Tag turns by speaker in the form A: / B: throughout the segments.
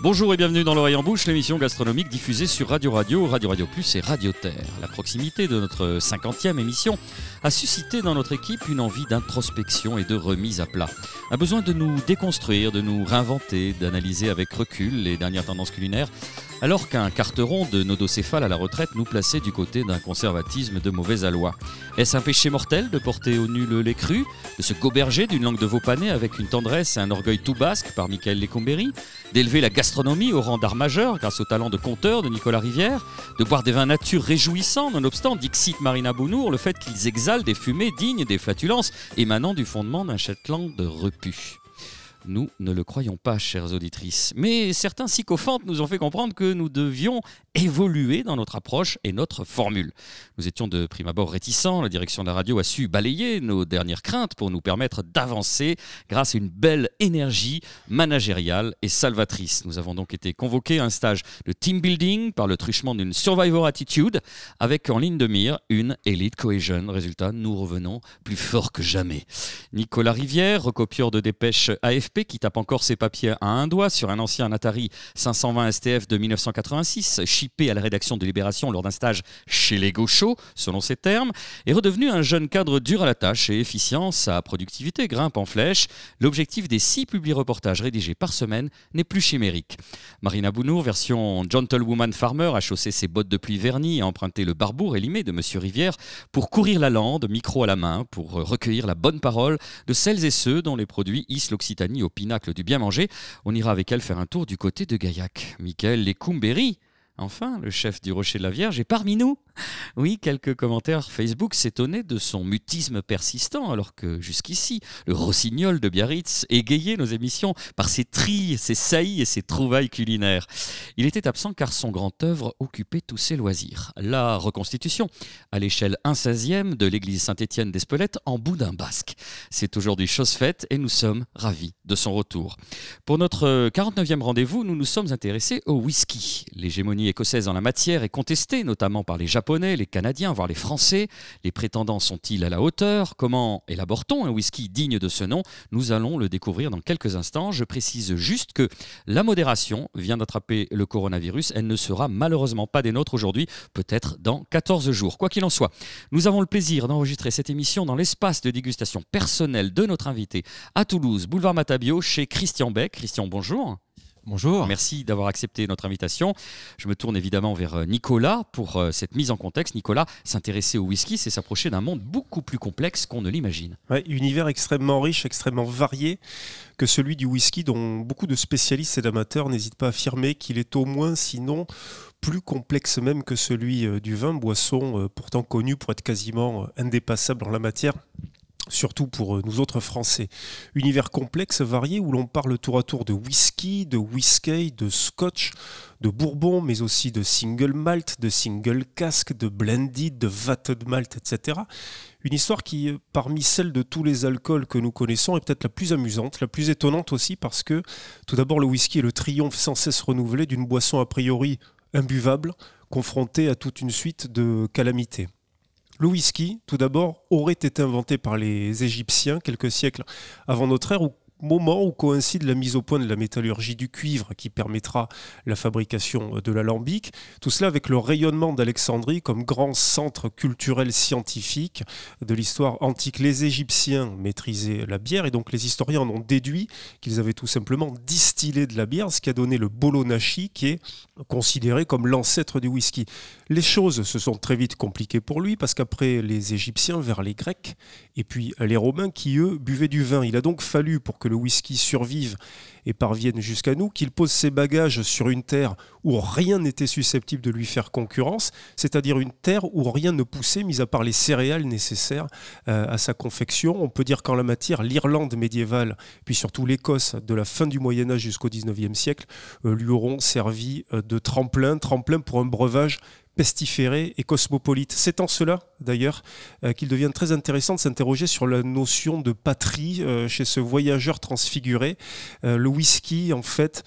A: Bonjour et bienvenue dans l'Oreille en Bouche, l'émission gastronomique diffusée sur Radio Radio, Radio Radio Plus et Radio Terre. La proximité de notre 50e émission a suscité dans notre équipe une envie d'introspection et de remise à plat. Un besoin de nous déconstruire, de nous réinventer, d'analyser avec recul les dernières tendances culinaires, alors qu'un carteron de nodocéphale à la retraite nous plaçait du côté d'un conservatisme de mauvais aloi. Est-ce un péché mortel de porter au nu le lait cru, de se goberger d'une langue de veau pané avec une tendresse et un orgueil tout basque par Michael Lecomberi, d'élever la gastronomie au rang d'art majeur grâce au talent de conteur de Nicolas Rivière, de boire des vins nature réjouissants nonobstant, dixit Marina Bounour, le fait qu'ils exhalent des fumées dignes des flatulences émanant du fondement d'un Shetland repu. Nous ne le croyons pas, chères auditrices. Mais certains sycophantes nous ont fait comprendre que nous devions évoluer dans notre approche et notre formule. Nous étions de prime abord réticents. La direction de la radio a su balayer nos dernières craintes pour nous permettre d'avancer grâce à une belle énergie managériale et salvatrice. Nous avons donc été convoqués à un stage de team building par le truchement d'une Survivor Attitude avec en ligne de mire une Elite Cohesion. Résultat, nous revenons plus forts que jamais. Nicolas Rivière, recopieur de dépêches AFP, qui tape encore ses papiers à un doigt sur un ancien Atari 520 STF de 1986, chippé à la rédaction de Libération lors d'un stage chez les Gauchos, selon ses termes, est redevenu un jeune cadre dur à la tâche et efficient. Sa productivité grimpe en flèche. L'objectif des 6 publi-reportages rédigés par semaine n'est plus chimérique. Marina Bounour, version Gentlewoman Farmer, a chaussé ses bottes de pluie vernies et a emprunté le barbour élimé de Monsieur Rivière pour courir la lande, micro à la main, pour recueillir la bonne parole de celles et ceux dont les produits hissent l'Occitanie au pinacle du bien manger. On ira avec elle faire un tour du côté de Gaillac. Michael Lecomberi, enfin, le chef du Rocher de la Vierge, est parmi nous. Oui, quelques commentaires Facebook s'étonnaient de son mutisme persistant, alors que jusqu'ici, le rossignol de Biarritz égayait nos émissions par ses trilles, ses saillies et ses trouvailles culinaires. Il était absent car son grand œuvre occupait tous ses loisirs. La reconstitution, à l'échelle 1/16e de l'église Saint-Étienne d'Espelette en boudin basque. C'est aujourd'hui chose faite et nous sommes ravis de son retour. Pour notre 49e rendez-vous, nous nous sommes intéressés au whisky. L'hégémonie écossaise en la matière est contestée, notamment par les Japonais, les Canadiens, voire les Français. Les prétendants sont-ils à la hauteur ? Comment élabore-t-on un whisky digne de ce nom ? Nous allons le découvrir dans quelques instants. Je précise juste que la modération vient d'attraper le coronavirus. Elle ne sera malheureusement pas des nôtres aujourd'hui, peut-être dans 14 jours. Quoi qu'il en soit, nous avons le plaisir d'enregistrer cette émission dans l'espace de dégustation personnelle de notre invité à Toulouse, boulevard Matabio, chez Christian Beck. Christian, bonjour.
B: Bonjour.
A: Merci d'avoir accepté notre invitation. Je me tourne évidemment vers Nicolas pour cette mise en contexte. Nicolas, s'intéresser au whisky, c'est s'approcher d'un monde beaucoup plus complexe qu'on ne l'imagine.
B: Ouais, univers extrêmement riche, extrêmement varié que celui du whisky, dont beaucoup de spécialistes et d'amateurs n'hésitent pas à affirmer qu'il est au moins, sinon plus complexe même que celui du vin, boisson pourtant connue pour être quasiment indépassable en la matière. Surtout pour nous autres Français. Univers complexe, varié, où l'on parle tour à tour de whisky, de whisky, de scotch, de bourbon, mais aussi de single malt, de single cask, de blended, de vatted malt, etc. Une histoire qui, parmi celles de tous les alcools que nous connaissons, est peut-être la plus amusante, la plus étonnante aussi, parce que tout d'abord le whisky est le triomphe sans cesse renouvelé d'une boisson a priori imbuvable, confrontée à toute une suite de calamités. Le whisky, tout d'abord, aurait été inventé par les Égyptiens quelques siècles avant notre ère, au moment où coïncide la mise au point de la métallurgie du cuivre qui permettra la fabrication de l'alambic. Tout cela avec le rayonnement d'Alexandrie comme grand centre culturel scientifique de l'histoire antique. Les Égyptiens maîtrisaient la bière et donc les historiens en ont déduit qu'ils avaient tout simplement distillé de la bière, ce qui a donné le bolo-nashi qui est considéré comme l'ancêtre du whisky. Les choses se sont très vite compliquées pour lui parce qu'après les Égyptiens, vers les Grecs et puis les Romains qui eux buvaient du vin. Il a donc fallu pour que le whisky survive et parvienne jusqu'à nous, qu'il pose ses bagages sur une terre où rien n'était susceptible de lui faire concurrence, c'est-à-dire une terre où rien ne poussait, mis à part les céréales nécessaires à sa confection. On peut dire qu'en la matière, l'Irlande médiévale, puis surtout l'Écosse de la fin du Moyen-Âge jusqu'au XIXe siècle, lui auront servi de tremplin pour un breuvage pestiféré et cosmopolite. C'est en cela, d'ailleurs, qu'il devient très intéressant de s'interroger sur la notion de patrie chez ce voyageur transfiguré. Le whisky, en fait,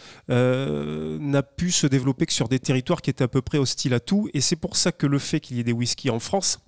B: n'a pu se développer que sur des territoires qui étaient à peu près hostiles à tout, et c'est pour ça que le fait qu'il y ait des whiskies en France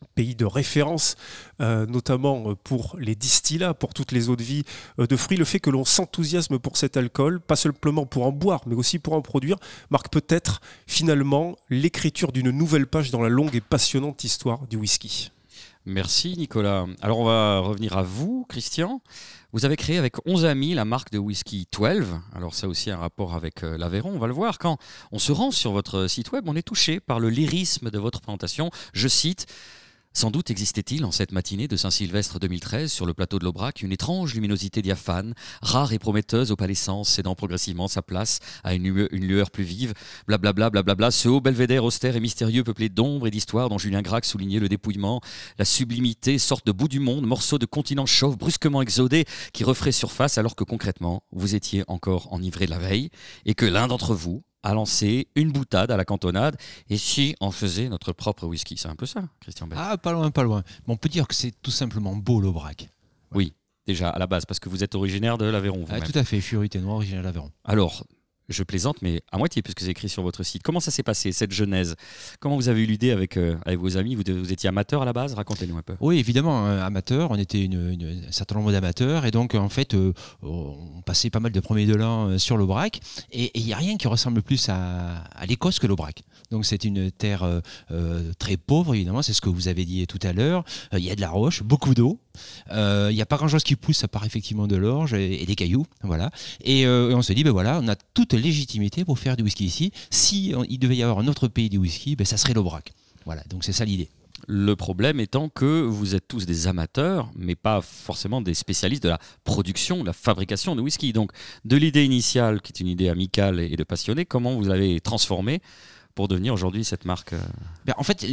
B: pays de référence, notamment pour les distillats, pour toutes les eaux de vie de fruits. Le fait que l'on s'enthousiasme pour cet alcool, pas simplement pour en boire, mais aussi pour en produire, marque peut-être finalement l'écriture d'une nouvelle page dans la longue et passionnante histoire du whisky.
A: Merci Nicolas. Alors on va revenir à vous, Christian. Vous avez créé avec 11 amis la marque de whisky 12. Alors ça aussi un rapport avec l'Aveyron, on va le voir. Quand on se rend sur votre site web, on est touché par le lyrisme de votre présentation. Je cite: sans doute existait-il en cette matinée de Saint-Sylvestre 2013 sur le plateau de l'Aubrac une étrange luminosité diaphane, rare et prometteuse opalescence, cédant progressivement sa place à une lueur plus vive. Blablabla, blablabla, ce haut belvédère austère et mystérieux peuplé d'ombres et d'histoires dont Julien Gracq soulignait le dépouillement, la sublimité, sorte de bout du monde, morceau de continent chauve brusquement exodé qui referait surface alors que concrètement vous étiez encore enivré de la veille et que l'un d'entre vous a lancé une boutade à la cantonade. Et si on faisait notre propre whisky? C'est un peu ça, Christian Bell.
C: Ah, pas loin, pas loin. Mais on peut dire que c'est tout simplement beau l'Aubrac.
A: Oui, déjà à la base, parce que vous êtes originaire de l'Aveyron vous-même.
C: Tout à fait, je suis ruténois, originaire de l'Aveyron.
A: Alors, je plaisante, mais à moitié, puisque c'est écrit sur votre site. Comment ça s'est passé, cette genèse? Comment vous avez eu l'idée avec vos amis? Vous étiez amateur à la base? Racontez-nous un peu.
C: Oui, évidemment, amateur. On était un certain nombre d'amateurs. Et donc, en fait, on passait pas mal de premiers de l'an sur l'Aubrac. Et il n'y a rien qui ressemble plus à l'Écosse que l'Aubrac. Donc, c'est une terre très pauvre, évidemment. C'est ce que vous avez dit tout à l'heure. Il y a de la roche, beaucoup d'eau. Il n'y a pas grand-chose qui pousse, à part effectivement de l'orge et des cailloux. Voilà. Et on se dit, ben voilà, on a toute légitimité pour faire du whisky ici. Si il devait y avoir un autre pays du whisky, ben ça serait l'Aubrac. Voilà, donc c'est ça l'idée.
A: Le problème étant que vous êtes tous des amateurs, mais pas forcément des spécialistes de la production, de la fabrication de whisky. Donc, de l'idée initiale, qui est une idée amicale et de passionnée, comment vous l'avez transformée pour devenir aujourd'hui cette marque?
C: En fait,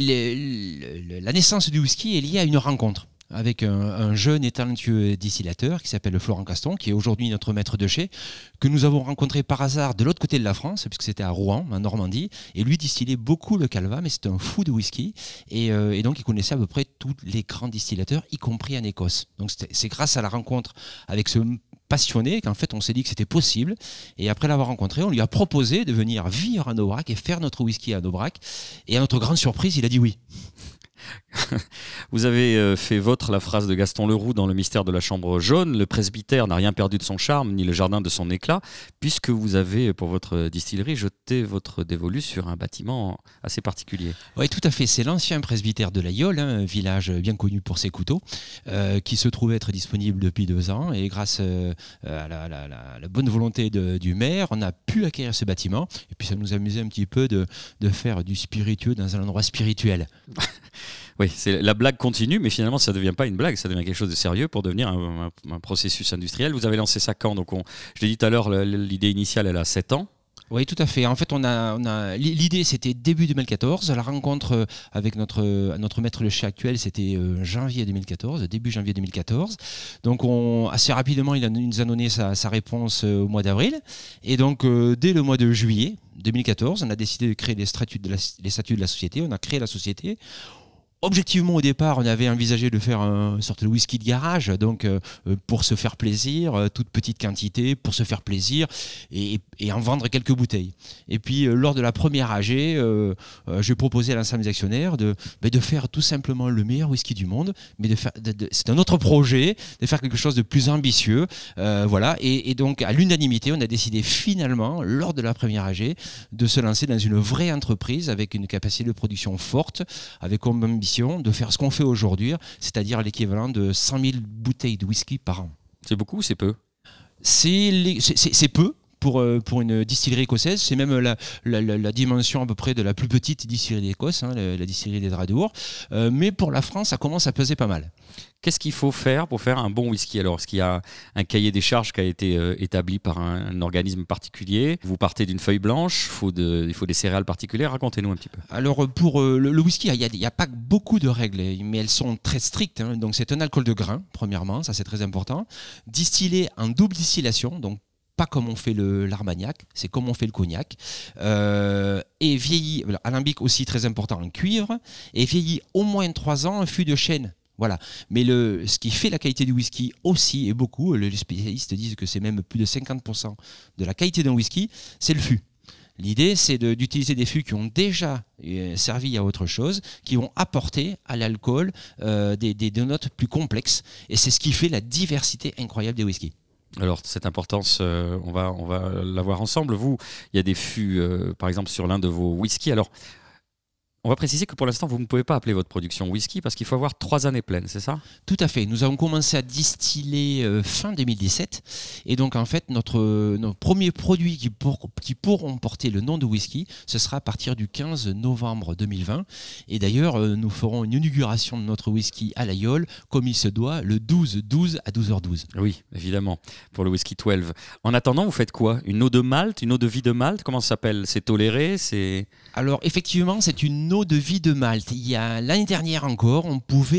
C: la naissance du whisky est liée à une rencontre avec un jeune et talentueux distillateur qui s'appelle Florent Caston, qui est aujourd'hui notre maître de chez, que nous avons rencontré par hasard de l'autre côté de la France, puisque c'était à Rouen, en Normandie, et lui distillait beaucoup le Calva, mais c'était un fou de whisky, et donc il connaissait à peu près tous les grands distillateurs, y compris en Écosse. Donc c'est grâce à la rencontre avec ce passionné qu'en fait on s'est dit que c'était possible, et après l'avoir rencontré, on lui a proposé de venir vivre à Aubrac et faire notre whisky à Aubrac, et à notre grande surprise, il a dit oui.
A: Vous avez fait vôtre la phrase de Gaston Leroux dans Le mystère de la chambre jaune: le presbytère n'a rien perdu de son charme, ni le jardin de son éclat, puisque vous avez, pour votre distillerie, jeté votre dévolu sur un bâtiment assez particulier.
C: Oui, tout à fait. C'est l'ancien presbytère de l'Aïol, un village bien connu pour ses couteaux, qui se trouvait être disponible depuis 2 ans. Et grâce à la bonne volonté du maire, on a pu acquérir ce bâtiment. Et puis ça nous amusait un petit peu de faire du spiritueux dans un endroit spirituel.
A: Oui, la blague continue, mais finalement, ça ne devient pas une blague, ça devient quelque chose de sérieux pour devenir un processus industriel. Vous avez lancé ça quand? Donc, je l'ai dit tout à l'heure, l'idée initiale, elle a 7 ans.
C: Oui, tout à fait. En fait, l'idée, c'était début 2014. La rencontre avec notre maître de chez actuel, c'était janvier 2014, début janvier 2014. Donc, assez rapidement, il nous a donné sa réponse au mois d'avril. Et donc, dès le mois de juillet 2014, on a décidé de créer les statuts de la société. On a créé la société. Objectivement, au départ, on avait envisagé de faire une sorte de whisky de garage, donc pour se faire plaisir, toute petite quantité, pour se faire plaisir et en vendre quelques bouteilles. Et puis, lors de la première AG, j'ai proposé à l'ensemble des actionnaires de faire tout simplement le meilleur whisky du monde, mais c'est un autre projet, de faire quelque chose de plus ambitieux. Voilà. Et donc, à l'unanimité, on a décidé finalement, lors de la première AG, de se lancer dans une vraie entreprise avec une capacité de production forte, avec comme ambition de faire ce qu'on fait aujourd'hui, c'est-à-dire l'équivalent de 100 000 bouteilles de whisky par an.
A: C'est beaucoup ou c'est peu?
C: C'est peu. Pour une distillerie écossaise, c'est même la dimension à peu près de la plus petite distillerie d'Écosse, la distillerie des Dradours. Mais pour la France, ça commence à peser pas mal.
A: Qu'est-ce qu'il faut faire pour faire un bon whisky? Alors, est-ce qu'il y a un cahier des charges qui a été établi par un organisme particulier? Vous partez d'une feuille blanche? Il faut des céréales particulières? Racontez-nous un petit peu.
C: Alors, pour le whisky, il n'y a pas beaucoup de règles, mais elles sont très strictes. Donc, c'est un alcool de grain, premièrement, ça c'est très important. Distillé en double distillation, donc pas comme on fait l'Armagnac, c'est comme on fait le cognac. Et vieilli, alambic aussi très important en cuivre, et vieilli au moins 3 ans en fût de chêne. Voilà. Mais ce qui fait la qualité du whisky aussi, et beaucoup, les spécialistes disent que c'est même plus de 50% de la qualité d'un whisky, c'est le fût. L'idée, c'est d'utiliser des fûts qui ont déjà servi à autre chose, qui vont apporter à l'alcool des notes plus complexes. Et c'est ce qui fait la diversité incroyable des whiskies.
A: Alors cette importance, on va la voir ensemble. Vous, il y a des fûts, par exemple, sur l'un de vos whiskies. Alors, on va préciser que pour l'instant, vous ne pouvez pas appeler votre production whisky parce qu'il faut avoir 3 années pleines, c'est ça ?
C: Tout à fait. Nous avons commencé à distiller fin 2017. Et donc, en fait, notre premier produit qui pourront porter le nom de whisky, ce sera à partir du 15 novembre 2020. Et d'ailleurs, nous ferons une inauguration de notre whisky à l'Aïol, comme il se doit, le 12-12 à 12h12.
A: Oui, évidemment, pour le whisky 12. En attendant, vous faites quoi ? Une eau de malt, une eau de vie de malt ? Comment ça s'appelle ? C'est toléré ?
C: Alors, effectivement, c'est une eau de vie de malt. L'année dernière encore, il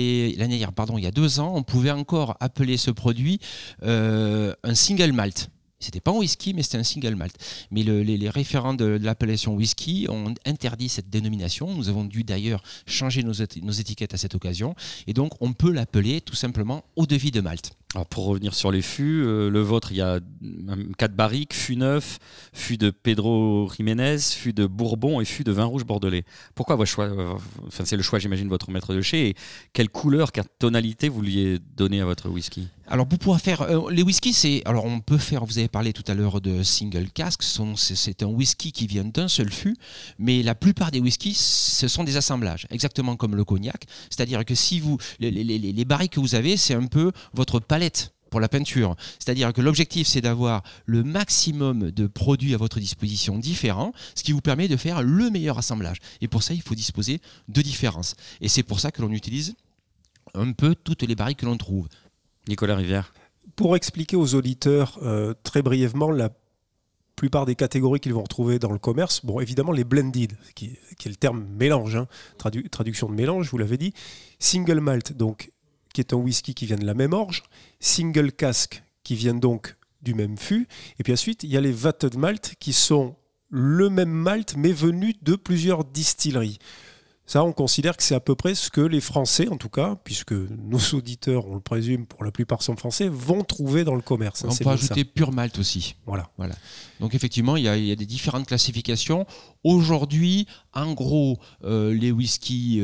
C: y a 2 ans, on pouvait encore appeler ce produit un single malt. C'était pas un whisky, mais c'était un single malt. Mais les référents de l'appellation whisky ont interdit cette dénomination. Nous avons dû d'ailleurs changer nos étiquettes à cette occasion. Et donc, on peut l'appeler tout simplement eau de vie de malt.
A: Alors pour revenir sur les fûts, le vôtre, il y a 4 barriques, fût neuf, fût de Pedro Jiménez, fût de Bourbon et fût de vin rouge bordelais. Pourquoi votre choix c'est le choix, j'imagine, de votre maître de chez. Et quelle couleur, quelle tonalité vous vouliez donner à votre whisky ?
C: Alors pour pouvoir faire les whiskies, on peut faire. Vous avez parlé tout à l'heure de single cask. C'est un whisky qui vient d'un seul fût, mais la plupart des whiskies, ce sont des assemblages, exactement comme le cognac. C'est-à-dire que si les barriques que vous avez, c'est un peu votre palette pour la peinture. C'est-à-dire que l'objectif, c'est d'avoir le maximum de produits à votre disposition différents, ce qui vous permet de faire le meilleur assemblage. Et pour ça, il faut disposer de différences. Et c'est pour ça que l'on utilise un peu toutes les barriques que l'on trouve.
A: Nicolas Rivière.
B: Pour expliquer aux auditeurs très brièvement la plupart des catégories qu'ils vont retrouver dans le commerce, bon, évidemment les blended, qui est le terme mélange, traduction de mélange, vous l'avez dit, single malt, donc qui est un whisky qui vient de la même orge, single cask qui vient donc du même fût, et puis ensuite il y a les vatted malt qui sont le même malt mais venus de plusieurs distilleries. Ça, on considère que c'est à peu près ce que les Français, en tout cas, puisque nos auditeurs, on le présume, pour la plupart sont français, vont trouver dans le commerce.
C: On peut ajouter pur malt aussi.
B: Voilà.
C: Donc effectivement, il y a des différentes classifications. Aujourd'hui, en gros, les whiskies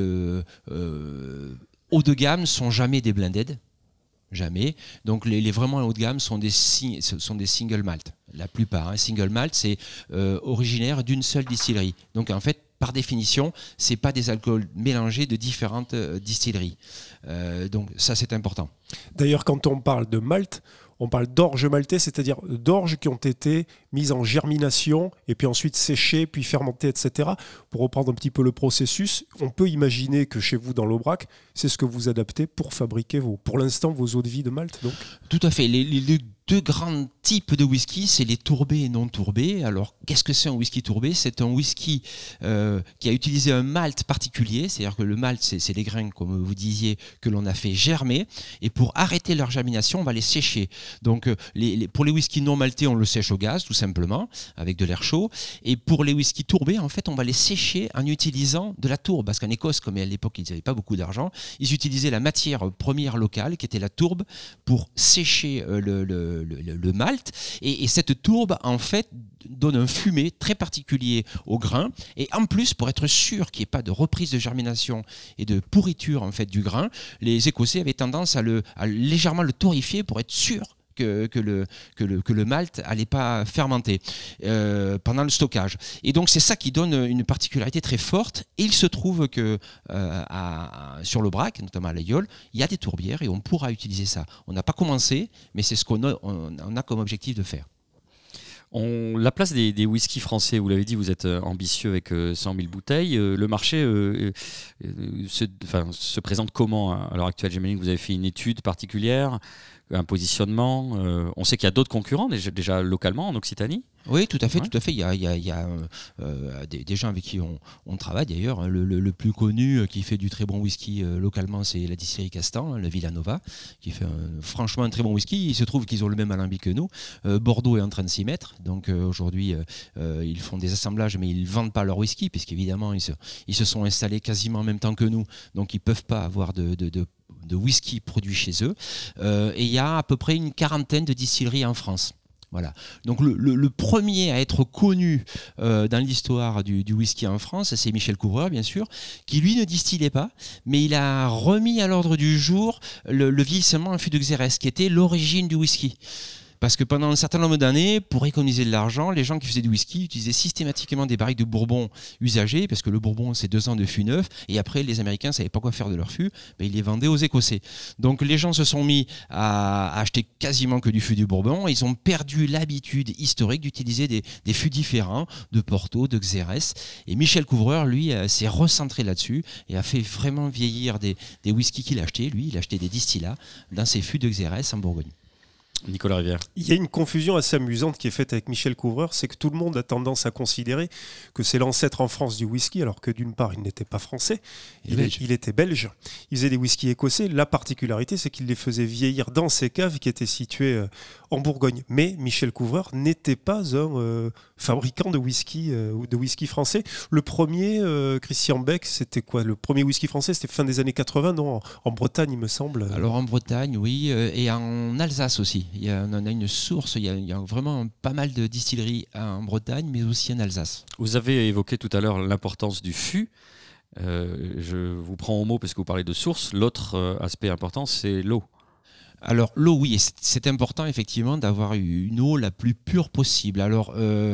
C: haut de gamme sont jamais des blended. Jamais. Donc les vraiment haut de gamme sont des single malt. La plupart. Single malt, c'est originaire d'une seule distillerie. Donc en fait, par définition, ce n'est pas des alcools mélangés de différentes distilleries. Donc ça, c'est important.
B: D'ailleurs, quand on parle de malt, on parle d'orge maltais, c'est-à-dire d'orges qui ont été mises en germination et puis ensuite séchées, puis fermentées, etc. Pour reprendre un petit peu le processus, on peut imaginer que chez vous, dans l'Aubrac, c'est ce que vous adaptez pour fabriquer pour l'instant, vos eaux de vie de malt. Donc.
C: Tout à fait. Les 2 grands types de whisky, c'est les tourbés et non tourbés. Alors, qu'est-ce que c'est un whisky tourbé ? C'est un whisky qui a utilisé un malt particulier, c'est-à-dire que le malt, c'est les grains, comme vous disiez, que l'on a fait germer. Et pour arrêter leur germination, on va les sécher. Donc, pour les whiskies non maltés, on le sèche au gaz, tout simplement, avec de l'air chaud. Et pour les whiskies tourbés, en fait, on va les sécher en utilisant de la tourbe. Parce qu'en Écosse, comme à l'époque, ils n'avaient pas beaucoup d'argent, ils utilisaient la matière première locale, qui était la tourbe, pour sécher le malt. Et cette tourbe, en fait, donne un fumet très particulier au grain. Et en plus, pour être sûr qu'il n'y ait pas de reprise de germination et de pourriture en fait, du grain, les Écossais avaient tendance à légèrement le torréfier pour être sûr que le malt n'allait pas fermenter pendant le stockage. Et donc c'est ça qui donne une particularité très forte. Et il se trouve que sur l'Aubrac, notamment à l'Aïol, il y a des tourbières et on pourra utiliser ça. On n'a pas commencé, mais c'est ce qu'on a comme objectif de faire.
A: La place des whiskies français, vous l'avez dit, vous êtes ambitieux avec 100 000 bouteilles. Le marché se présente comment à l'heure actuelle ? J'imagine que vous avez fait une étude particulière, un positionnement. On sait qu'il y a d'autres concurrents déjà localement en Occitanie.
C: Oui, tout à fait, tout à fait. Il y a des gens avec qui on travaille d'ailleurs. Le plus connu qui fait du très bon whisky localement, c'est la distillerie Castan, le Villanova, qui fait franchement un très bon whisky. Il se trouve qu'ils ont le même alambic que nous. Bordeaux est en train de s'y mettre. Donc aujourd'hui, ils font des assemblages, mais ils ne vendent pas leur whisky, puisqu'évidemment, ils se sont installés quasiment en même temps que nous. Donc ils ne peuvent pas avoir de whisky produit chez eux. Et il y a à peu près une 40aine de distilleries en France. Voilà. Donc le premier à être connu dans l'histoire du whisky en France, c'est Michel Couvreur, bien sûr, qui lui ne distillait pas, mais il a remis à l'ordre du jour le vieillissement en fût de Xérès, qui était l'origine du whisky. Parce que pendant un certain nombre d'années, pour économiser de l'argent, les gens qui faisaient du whisky utilisaient systématiquement des barriques de bourbon usagées, parce que le bourbon, c'est 2 ans de fût neuf, et après, les Américains ne savaient pas quoi faire de leur fût, mais ils les vendaient aux Écossais. Donc les gens se sont mis à acheter quasiment que du fût du bourbon, et ils ont perdu l'habitude historique d'utiliser des fûts différents, de Porto, de Xérès. Et Michel Couvreur, lui, s'est recentré là-dessus, et a fait vraiment vieillir des whiskies qu'il achetait. Lui, il achetait des distillats dans ses fûts de Xérès en Bourgogne.
A: Nicolas Rivière.
B: Il y a une confusion assez amusante qui est faite avec Michel Couvreur, c'est que tout le monde a tendance à considérer que c'est l'ancêtre en France du whisky, alors que d'une part, il n'était pas français, il était belge. Il faisait des whiskies écossais. La particularité, c'est qu'il les faisait vieillir dans ses caves qui étaient situées en Bourgogne. Mais Michel Couvreur n'était pas un fabricant de whisky français. Le premier, Christian Beck, c'était quoi ? Le premier whisky français, c'était fin des années 80, non ? En Bretagne, il me semble.
C: Alors en Bretagne, oui, et en Alsace aussi. On en a une source, il y a vraiment pas mal de distilleries en Bretagne, mais aussi en Alsace.
A: Vous avez évoqué tout à l'heure l'importance du fût. Je vous prends au mot parce que vous parlez de source. L'autre aspect important, c'est l'eau.
C: Alors l'eau, oui, c'est important effectivement d'avoir une eau la plus pure possible. Alors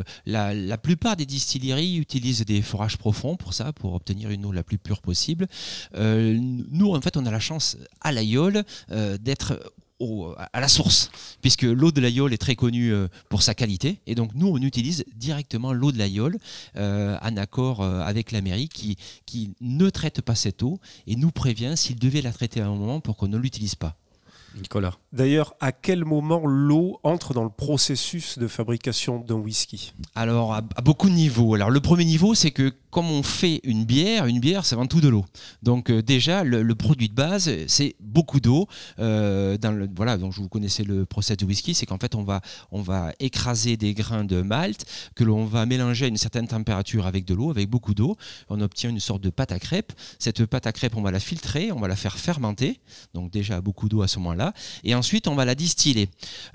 C: la plupart des distilleries utilisent des forages profonds pour ça, pour obtenir une eau la plus pure possible. Nous, en fait, on a la chance à l'Aïol d'être à la source, puisque l'eau de l'Aïol est très connue pour sa qualité, et donc nous on utilise directement l'eau de l'Aïol en accord avec la mairie qui ne traite pas cette eau et nous prévient s'il devait la traiter à un moment pour qu'on ne l'utilise pas.
A: Nicolas.
B: D'ailleurs, à quel moment l'eau entre dans le processus de fabrication d'un whisky ?
C: Alors, à beaucoup de niveaux. Alors, le premier niveau, c'est que comme on fait une bière, c'est avant tout de l'eau. Donc, déjà, le produit de base, c'est beaucoup d'eau. Voilà, donc vous connaissez le process du whisky, c'est qu'en fait, on va écraser des grains de malt que l'on va mélanger à une certaine température avec de l'eau, avec beaucoup d'eau. On obtient une sorte de pâte à crêpes. Cette pâte à crêpes, on va la filtrer, on va la faire fermenter. Donc, déjà, beaucoup d'eau à ce moment-là. Et ensuite, on va la distiller.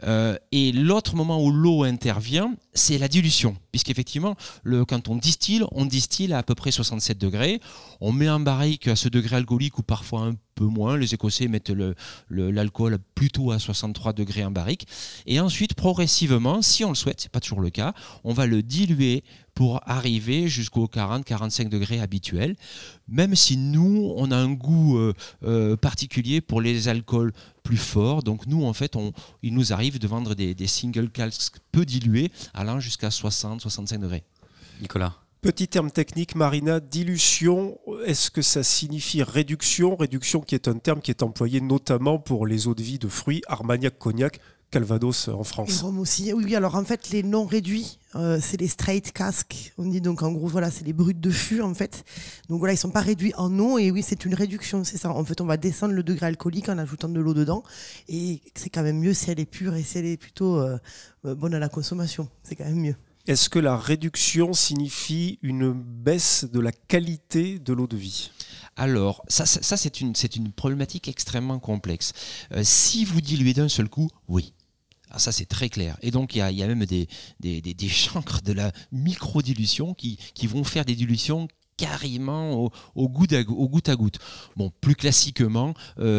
C: Et l'autre moment où l'eau intervient, c'est la dilution. Puisqu'effectivement, quand on distille à peu près 67 degrés. On met un barrique à ce degré alcoolique ou parfois un peu moins. Les Écossais mettent l'alcool plutôt à 63 degrés en barrique. Et ensuite, progressivement, si on le souhaite, c'est pas toujours le cas, on va le diluer pour arriver jusqu'aux 40-45 degrés habituels. Même si nous, on a un goût particulier pour les alcools plus forts. Donc nous, en fait, il nous arrive de vendre des single casks peu dilués allant jusqu'à 60-65 degrés.
A: Nicolas.
B: Petit terme technique, Marina, dilution, est-ce que ça signifie réduction ? Réduction qui est un terme qui est employé notamment pour les eaux de vie de fruits, Armagnac, Cognac, Calvados en France.
D: Et Rhum aussi. Oui, alors en fait, les non réduits, c'est les straight casks. On dit donc en gros, voilà, c'est les bruts de fût en fait. Donc voilà, ils ne sont pas réduits en eau et oui, c'est une réduction, c'est ça. En fait, on va descendre le degré alcoolique en ajoutant de l'eau dedans et c'est quand même mieux si elle est pure et si elle est plutôt bonne à la consommation. C'est quand même mieux.
B: Est-ce que la réduction signifie une baisse de la qualité de l'eau de vie ?
C: Alors, ça c'est une problématique extrêmement complexe. Si vous diluez d'un seul coup, oui. Alors ça, c'est très clair. Et donc, il y a même des chancres de la micro-dilution qui vont faire des dilutions carrément au goutte à goutte. Bon, plus classiquement,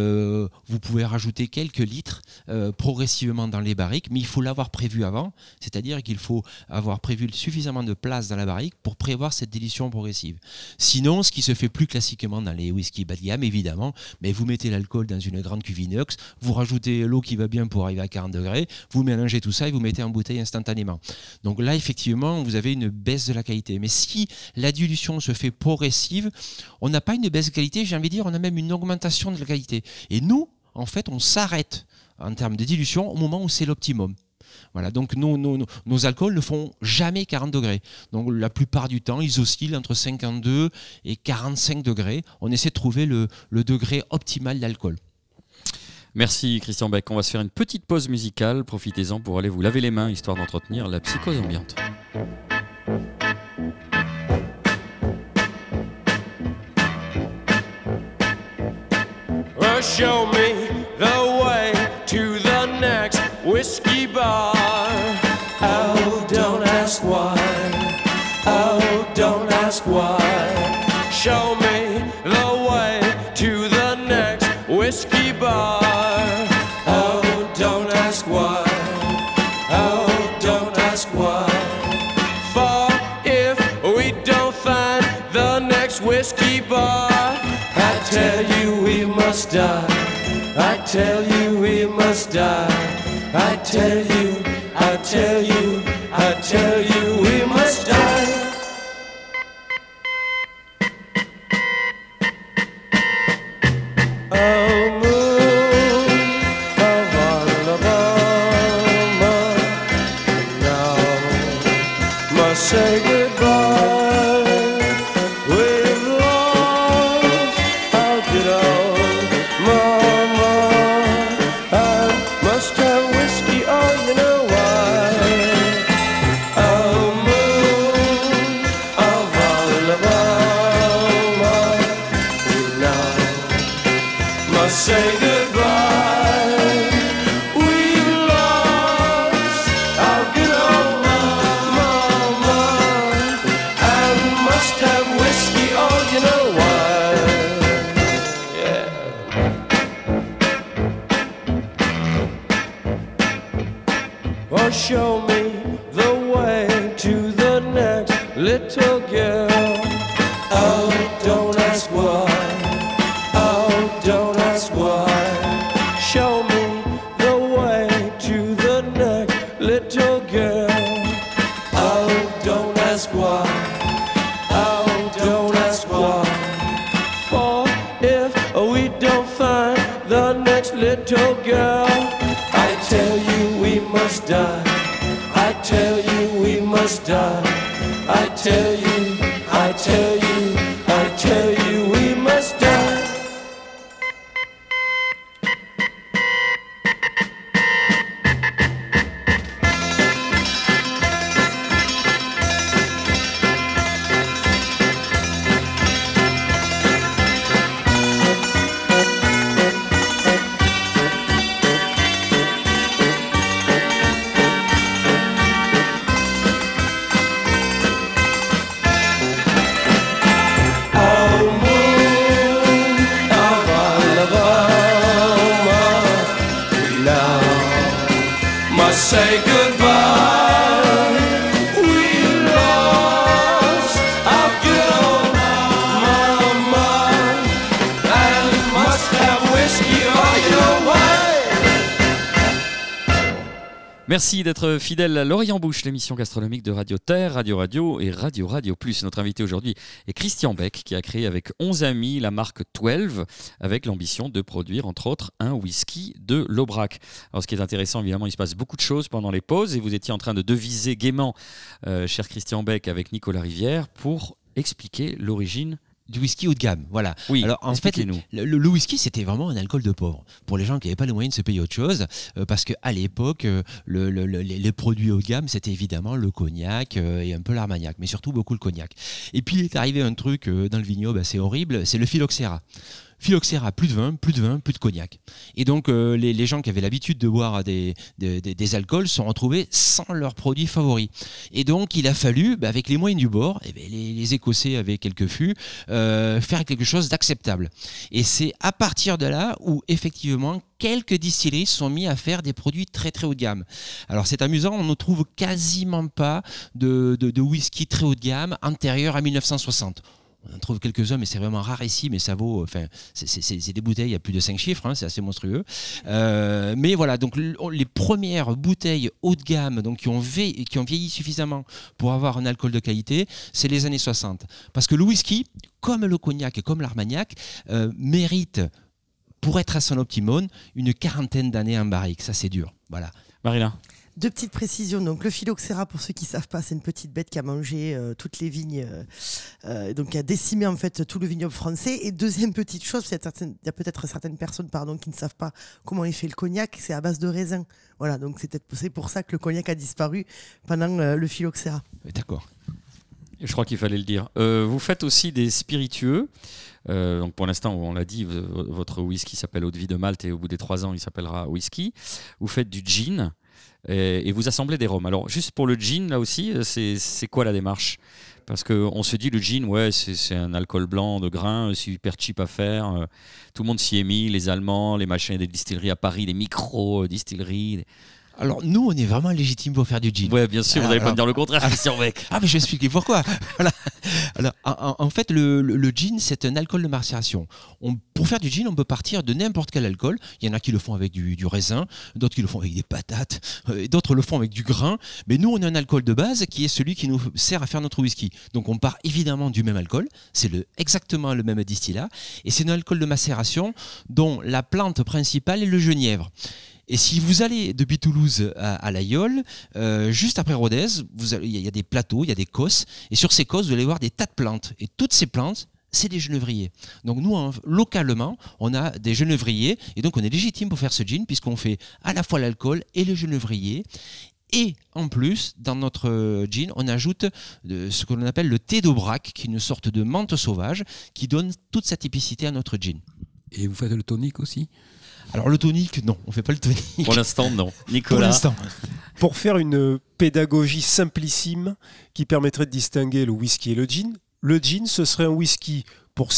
C: vous pouvez rajouter quelques litres progressivement dans les barriques, mais il faut l'avoir prévu avant, c'est-à-dire qu'il faut avoir prévu suffisamment de place dans la barrique pour prévoir cette dilution progressive. Sinon, ce qui se fait plus classiquement dans les whisky bas de gamme, évidemment, mais vous mettez l'alcool dans une grande cuve inox, vous rajoutez l'eau qui va bien pour arriver à 40 degrés, vous mélangez tout ça et vous mettez en bouteille instantanément. Donc là, effectivement, vous avez une baisse de la qualité. Mais si la dilution se fait progressive, on n'a pas une baisse de qualité, j'ai envie de dire, on a même une augmentation de la qualité. Et nous, en fait, on s'arrête en termes de dilution au moment où c'est l'optimum. Voilà, donc nos alcools ne font jamais 40 degrés. Donc la plupart du temps, ils oscillent entre 52 et 45 degrés. On essaie de trouver le degré optimal d'alcool.
A: Merci Christian Beck. On va se faire une petite pause musicale. Profitez-en pour aller vous laver les mains, histoire d'entretenir la psychose ambiante.
E: Show me the way to the next whiskey bar. to the next whiskey bar. Oh, don't ask why. Oh, don't ask why. For if we don't find the next whiskey bar, I tell you we must die. I tell you we must die. I tell you, I tell you, I tell you we must die. Oh, moon of Alabama, now must say goodbye. We've lost our good old mama. I must have whiskey, oh, you know why. Oh, moon of Alabama, now must say goodbye. We've lost our good old mama, and must have whiskey, oh, you know why. Yeah. Oh, show me the way to the next little girl. Oh, don't ask why. Oh, don't ask why. Show me the way to the next little girl. Oh, don't ask why. Oh, don't ask why. For if we don't find the next little girl, I tell you we must die. I tell you we must die. I tell you, I tell you, I tell you we must die. Oh, moon of Alabama, we now must say goodbye. We lost our good old mama, and must have whiskey, oh, you know why.
A: Merci d'être fidèle à l'Orient en Bouche, l'émission gastronomique de Radio Terre, Radio Radio et Radio Radio Plus. Notre invité aujourd'hui est Christian Beck, qui a créé avec 11 amis la marque 12, avec l'ambition de produire entre autres un whisky de l'Aubrac. Alors ce qui est intéressant, évidemment, il se passe beaucoup de choses pendant les pauses et vous étiez en train de deviser gaiement, cher Christian Beck, avec Nicolas Rivière, pour expliquer l'origine
C: du whisky haut de gamme, voilà.
A: Oui,
C: alors en fait,
A: expliquez-nous.
C: le whisky, c'était vraiment un alcool de pauvre pour les gens qui n'avaient pas les moyens de se payer autre chose, parce qu'à l'époque, les produits haut de gamme, c'était évidemment le cognac et un peu l'armagnac, mais surtout beaucoup le cognac. Et puis il est arrivé un truc dans le vignoble assez horrible, c'est le phylloxéra. Phylloxéra, plus de vin, plus de cognac. Et donc, les gens qui avaient l'habitude de boire des alcools sont retrouvés sans leurs produits favoris. Et donc, il a fallu, avec les moyens du bord, les Écossais avaient quelques fûts, faire quelque chose d'acceptable. Et c'est à partir de là où, effectivement, quelques distilleries se sont mis à faire des produits très très haut de gamme. Alors c'est amusant, on ne trouve quasiment pas de whisky très haut de gamme antérieur à 1960. On en trouve quelques-uns, mais c'est vraiment rare ici, mais ça vaut. Enfin, c'est des bouteilles à plus de 5 chiffres, hein, c'est assez monstrueux. Mais voilà, donc les premières bouteilles haut de gamme, donc qui ont vieilli suffisamment pour avoir un alcool de qualité, c'est les années 60. Parce que le whisky, comme le cognac et comme l'armagnac, mérite, pour être à son optimum, une quarantaine d'années en barrique. Ça, c'est dur. Voilà.
A: Marina.
D: Deux petites précisions. Donc, le phylloxéra, pour ceux qui ne savent pas, c'est une petite bête qui a mangé toutes les vignes, donc qui a décimé en fait tout le vignoble français. Et deuxième petite chose, il y a peut-être certaines personnes qui ne savent pas comment est fait le cognac, c'est à base de raisin. Voilà, donc c'est pour ça que le cognac a disparu pendant le phylloxéra.
C: D'accord.
A: Je crois qu'il fallait le dire. Vous faites aussi des spiritueux. Donc pour l'instant, on l'a dit, votre whisky s'appelle Eau de Vie de Malte et au bout des 3 ans, il s'appellera whisky. Vous faites du gin. et vous assemblez des rhums. Alors juste pour le gin, là aussi, c'est quoi la démarche ? Parce qu'on se dit le gin, ouais, c'est un alcool blanc de grain, c'est hyper cheap à faire. Tout le monde s'y est mis, les Allemands, les machins des distilleries à Paris, les micro-distilleries.
C: Alors nous, on est vraiment légitime pour faire du gin.
A: Ouais, bien sûr, vous n'allez pas me dire le contraire, Christian Beck.
C: Ah, mais je vais expliquer pourquoi. Voilà. Alors, en fait, le gin, c'est un alcool de macération. Pour faire du gin, on peut partir de n'importe quel alcool. Il y en a qui le font avec du raisin, d'autres qui le font avec des patates, et d'autres le font avec du grain. Mais nous, on a un alcool de base qui est celui qui nous sert à faire notre whisky. Donc, on part évidemment du même alcool. C'est exactement le même distillat. Et c'est un alcool de macération dont la plante principale est le genièvre. Et si vous allez depuis Toulouse à l'Aïole, juste après Rodez, il y a des plateaux, il y a des cosses, et sur ces cosses, vous allez voir des tas de plantes. Et toutes ces plantes, c'est des genévriers. Donc nous, localement, on a des genévriers, et donc on est légitime pour faire ce gin, puisqu'on fait à la fois l'alcool et le genévrier. Et en plus, dans notre gin, on ajoute ce que l'on appelle le thé d'Aubrac, qui est une sorte de menthe sauvage, qui donne toute sa typicité à notre gin.
F: Et vous faites le tonic aussi ?
C: Alors le tonic, non, on ne fait pas le tonic.
A: Pour l'instant, non. Nicolas.
C: Pour l'instant.
B: Pour faire une pédagogie simplissime qui permettrait de distinguer le whisky et le gin, ce serait un whisky pour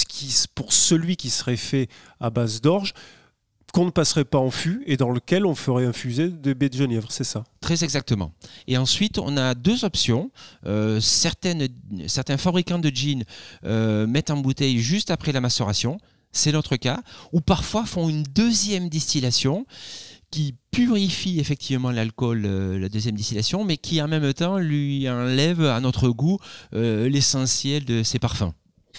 B: celui qui serait fait à base d'orge, qu'on ne passerait pas en fût et dans lequel on ferait infuser des baies de genièvre, c'est ça ?
C: Très exactement. Et ensuite, on a deux options. Certains fabricants de gin mettent en bouteille juste après la macération. C'est notre cas, ou parfois font une deuxième distillation qui purifie effectivement l'alcool, la deuxième distillation, mais qui en même temps lui enlève à notre goût l'essentiel de ses parfums.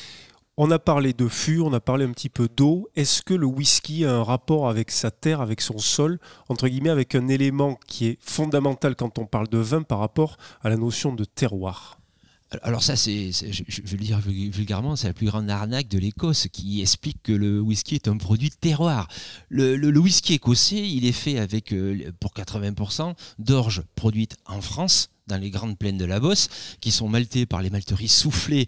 B: On a parlé de fût, on a parlé un petit peu d'eau. Est-ce que le whisky a un rapport avec sa terre, avec son sol, entre guillemets, avec un élément qui est fondamental quand on parle de vin par rapport à la notion de terroir ?
C: Alors ça, je vais le dire vulgairement, c'est la plus grande arnaque de l'Écosse qui explique que le whisky est un produit de terroir. Le whisky écossais, il est fait avec, pour 80%, d'orge produite en France, dans les grandes plaines de la Beauce, qui sont maltées par les malteries Soufflé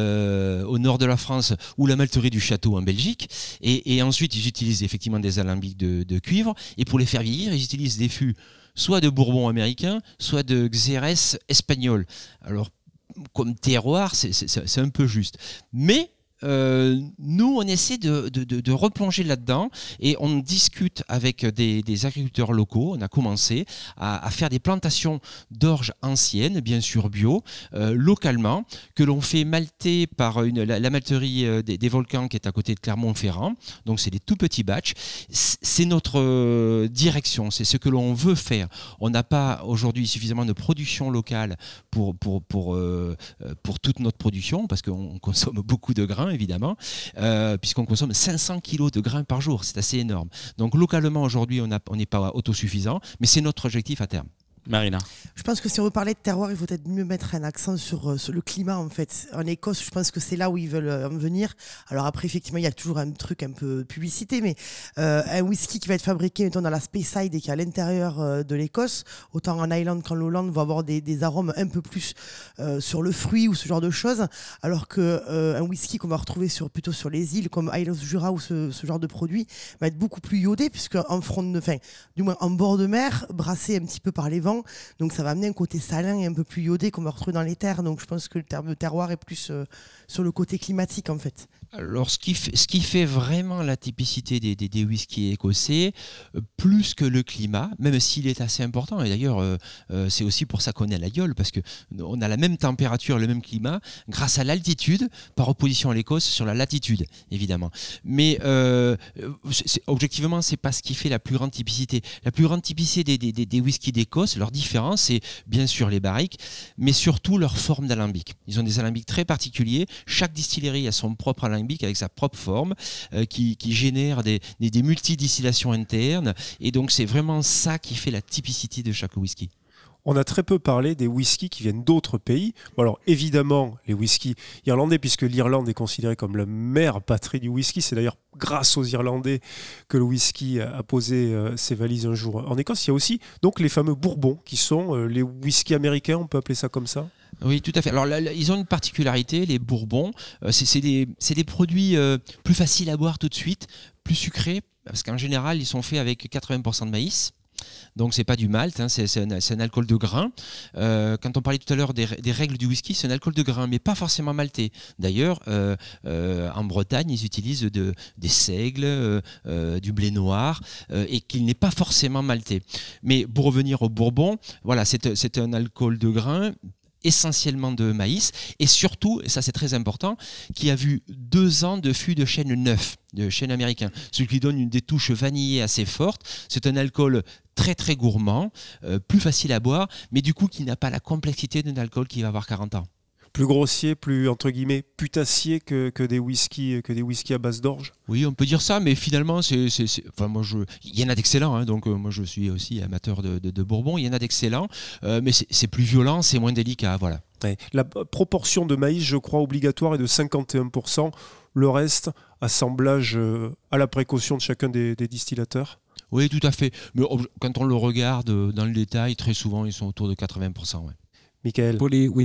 C: au nord de la France ou la malterie du Château en Belgique. Et ensuite, ils utilisent effectivement des alambics de cuivre. Et pour les faire vieillir, ils utilisent des fûts soit de Bourbon américain, soit de Xérès espagnol. Alors, comme terroir, c'est un peu juste. Mais nous, on essaie de replonger là-dedans et on discute avec des agriculteurs locaux. On a commencé à faire des plantations d'orge anciennes, bien sûr bio, localement, que l'on fait malter par la malterie des Volcans qui est à côté de Clermont-Ferrand. Donc, c'est des tout petits batchs. C'est notre direction, c'est ce que l'on veut faire. On n'a pas aujourd'hui suffisamment de production locale pour toute notre production, parce qu'on consomme beaucoup de grains, évidemment, puisqu'on consomme 500 kilos de grains par jour. C'est assez énorme. Donc localement, aujourd'hui, on n'est pas autosuffisant, mais c'est notre objectif à terme.
A: Marina.
D: Je pense que si on veut parler de terroir, il faut peut-être mieux mettre un accent sur le climat en fait. En Écosse, je pense que c'est là où ils veulent en venir. Alors après, effectivement, il y a toujours un truc un peu publicité, mais un whisky qui va être fabriqué mettons, dans la Speyside et qui est à l'intérieur de l'Écosse, autant en Highland qu'en Lowland, va avoir des arômes un peu plus sur le fruit ou ce genre de choses, alors qu'un whisky qu'on va retrouver plutôt sur les îles comme Isle of Jura ou ce genre de produit va être beaucoup plus iodé, puisque du moins en bord de mer, brassé un petit peu par les vents. Donc ça va amener un côté salin et un peu plus iodé qu'on va retrouver dans les terres. Donc je pense que le terme terroir est plus sur le côté climatique en fait.
C: Alors ce qui fait vraiment la typicité des whiskies écossais, plus que le climat, même s'il est assez important, et d'ailleurs c'est aussi pour ça qu'on est à l'Aïole, parce qu'on a la même température, le même climat, grâce à l'altitude, par opposition à l'Écosse sur la latitude, évidemment. Mais objectivement, c'est pas ce qui fait la plus grande typicité. La plus grande typicité des whiskies d'Écosse, leur différence, c'est bien sûr les barriques, mais surtout leur forme d'alambic. Ils ont des alambics très particuliers. Chaque distillerie a son propre alambic avec sa propre forme qui génère des multidistillations internes. Et donc, c'est vraiment ça qui fait la typicité de chaque whisky.
B: On a très peu parlé des whiskies qui viennent d'autres pays. Bon, alors évidemment, les whiskies irlandais, puisque l'Irlande est considérée comme la mère patrie du whisky. C'est d'ailleurs grâce aux Irlandais que le whisky a posé ses valises un jour en Écosse. Il y a aussi donc les fameux bourbons, qui sont les whiskies américains, on peut appeler ça comme ça.
C: Oui, tout à fait. Alors là, ils ont une particularité, les bourbons. C'est des produits plus faciles à boire tout de suite, plus sucrés, parce qu'en général, ils sont faits avec 80% de maïs. Donc c'est pas du malt, hein, c'est un alcool de grain. Quand on parlait tout à l'heure des règles du whisky, c'est un alcool de grain, mais pas forcément maltais. D'ailleurs, en Bretagne, ils utilisent des seigles, du blé noir, et qu'il n'est pas forcément maltais. Mais pour revenir au Bourbon, voilà, c'est un alcool de grain, essentiellement de maïs, et surtout, et ça c'est très important, qui a vu 2 ans de fût de chêne neuf, de chêne américain, ce qui donne des touches vanillées assez fortes. C'est un alcool très très gourmand, plus facile à boire, mais du coup qui n'a pas la complexité d'un alcool qui va avoir 40 ans.
B: Plus grossier, plus entre guillemets putassier que des whiskies à base d'orge.
C: Oui, on peut dire ça, mais finalement, enfin, il y en a d'excellents, hein, donc moi je suis aussi amateur de Bourbon, il y en a d'excellents, mais c'est plus violent, c'est moins délicat, voilà.
B: Ouais. La proportion de maïs, je crois, obligatoire est de 51%. Le reste, assemblage à la précaution de chacun des distillateurs.
C: Oui, tout à fait. Mais quand on le regarde dans le détail, très souvent, ils sont autour de 80%. Ouais.
B: Michael.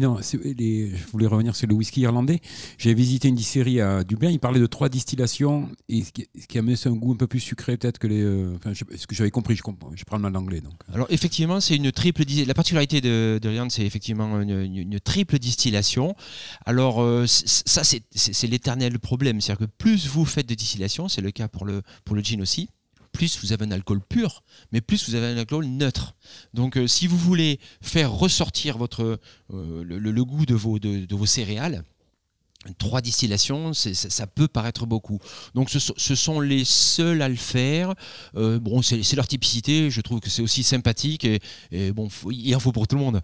F: Je voulais revenir sur le whisky irlandais. J'ai visité une distillerie à Dublin. Il parlait de 3 distillations et ce qui amenait un goût un peu plus sucré peut-être que ce que j'avais compris. Je parle mal l'anglais. Donc.
C: Alors effectivement, c'est une triple distillation. La particularité de l'Irlande, c'est effectivement une triple distillation. Alors ça, c'est l'éternel problème. C'est-à-dire que plus vous faites de distillation, c'est le cas pour le gin aussi, plus vous avez un alcool pur, mais plus vous avez un alcool neutre. Donc si vous voulez faire ressortir le goût de vos céréales, 3 distillations, ça peut paraître beaucoup. Donc ce sont les seuls à le faire. C'est leur typicité, je trouve que c'est aussi sympathique et bon, il en faut pour tout le monde.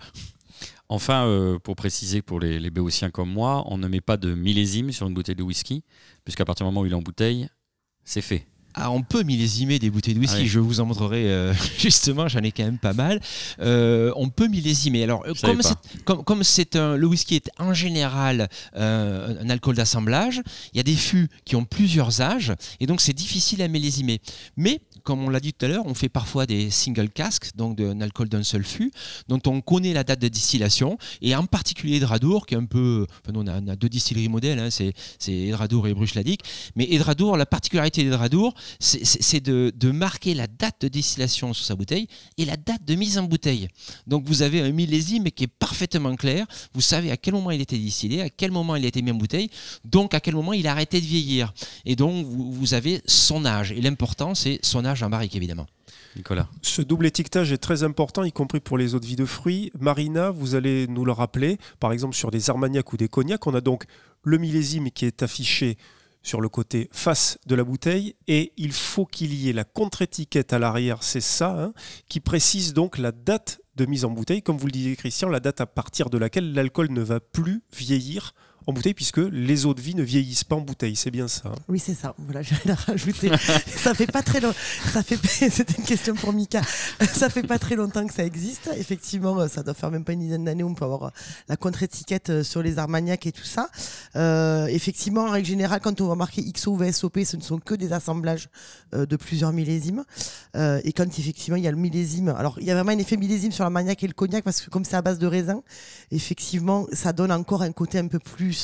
A: Enfin, pour préciser pour les béotiens comme moi, on ne met pas de millésime sur une bouteille de whisky, puisqu'à partir du moment où il est en bouteille, c'est fait.
C: Ah, on peut millésimer des bouteilles de whisky,
A: Ah oui.
C: je vous en montrerai justement, j'en ai quand même pas mal. On peut millésimer. Alors, comme le whisky est en général un alcool d'assemblage, il y a des fûts qui ont plusieurs âges et donc c'est difficile à millésimer. Mais, comme on l'a dit tout à l'heure, on fait parfois des single casks, donc d'un alcool d'un seul fût, dont on connaît la date de distillation et en particulier Edradour, qui est un peu. Enfin, nous, on a 2 distilleries modèles, hein, c'est Edradour et Bruichladdich. Mais Edradour, la particularité d'Edradour, c'est de marquer la date de distillation sur sa bouteille et la date de mise en bouteille. Donc vous avez un millésime qui est parfaitement clair. Vous savez à quel moment il était distillé, à quel moment il a été mis en bouteille, donc à quel moment il a arrêté de vieillir. Et donc vous avez son âge. Et l'important, c'est son âge en barrique, évidemment.
A: Nicolas.
B: Ce double étiquetage est très important, y compris pour les eaux-de-vie de fruits. Marina, vous allez nous le rappeler, par exemple sur des armagnacs ou des cognacs, on a donc le millésime qui est affiché sur le côté face de la bouteille et il faut qu'il y ait la contre-étiquette à l'arrière, c'est ça, hein, qui précise donc la date de mise en bouteille, comme vous le disiez Christian, la date à partir de laquelle l'alcool ne va plus vieillir en bouteille puisque les eaux de vie ne vieillissent pas en bouteille, c'est bien ça. Hein.
D: Oui, c'est ça. Voilà, je vais la rajouter. Ça fait pas très longtemps. C'était une question pour Mika. Ça fait pas très longtemps que ça existe. Effectivement, ça doit faire même pas une dizaine d'années. On peut avoir la contre-étiquette sur les armagnacs et tout ça. Effectivement, en règle générale, quand on va marquer XO ou VSOP, ce ne sont que des assemblages de plusieurs millésimes. Et quand effectivement il y a le millésime, alors il y a vraiment un effet millésime sur l'armagnac et le cognac parce que comme c'est à base de raisin, effectivement, ça donne encore un côté un peu plus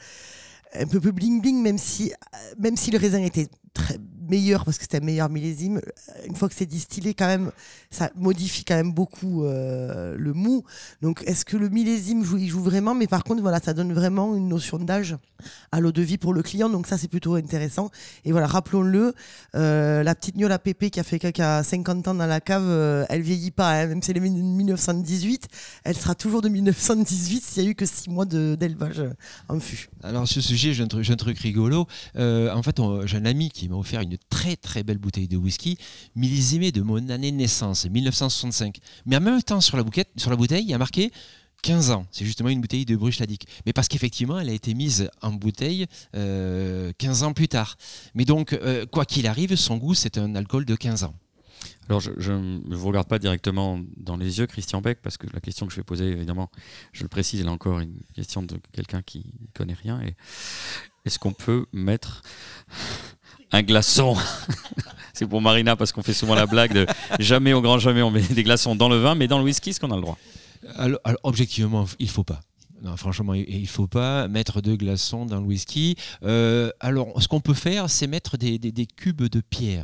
D: bling bling, même si le raisin était très meilleur parce que c'était un meilleur millésime. Une fois que c'est distillé, quand même, ça modifie quand même beaucoup le mou. Donc, est-ce que le millésime il joue vraiment? Mais par contre, voilà, ça donne vraiment une notion d'âge à l'eau de vie pour le client. Donc ça, c'est plutôt intéressant. Et voilà, rappelons-le, la petite gnôle Pépé qui a 50 ans dans la cave, elle vieillit pas. Hein, même si elle est de 1918, elle sera toujours de 1918 s'il y a eu que 6 mois d'élevage en fût.
C: Alors, sur ce sujet, j'ai un truc rigolo. En fait, j'ai un ami qui m'a offert une très très belle bouteille de whisky millésimée de mon année de naissance, 1965. Mais en même temps, sur la bouteille, il y a marqué 15 ans. C'est justement une bouteille de Bruichladdich. Mais parce qu'effectivement, elle a été mise en bouteille 15 ans plus tard. Mais donc, quoi qu'il arrive, son goût, c'est un alcool de 15 ans.
A: Alors, je ne vous regarde pas directement dans les yeux, Christian Beck, parce que la question que je vais poser, évidemment, je le précise, elle est encore une question de quelqu'un qui ne connaît rien. Et est-ce qu'on peut mettre un glaçon? C'est pour Marina, parce qu'on fait souvent la blague de jamais, au grand jamais, on met des glaçons dans le vin, mais dans le whisky, est-ce qu'on a le droit?
C: Alors, objectivement, il ne faut pas. Non, franchement, il ne faut pas mettre de glaçons dans le whisky. Alors, ce qu'on peut faire, c'est mettre des cubes de pierre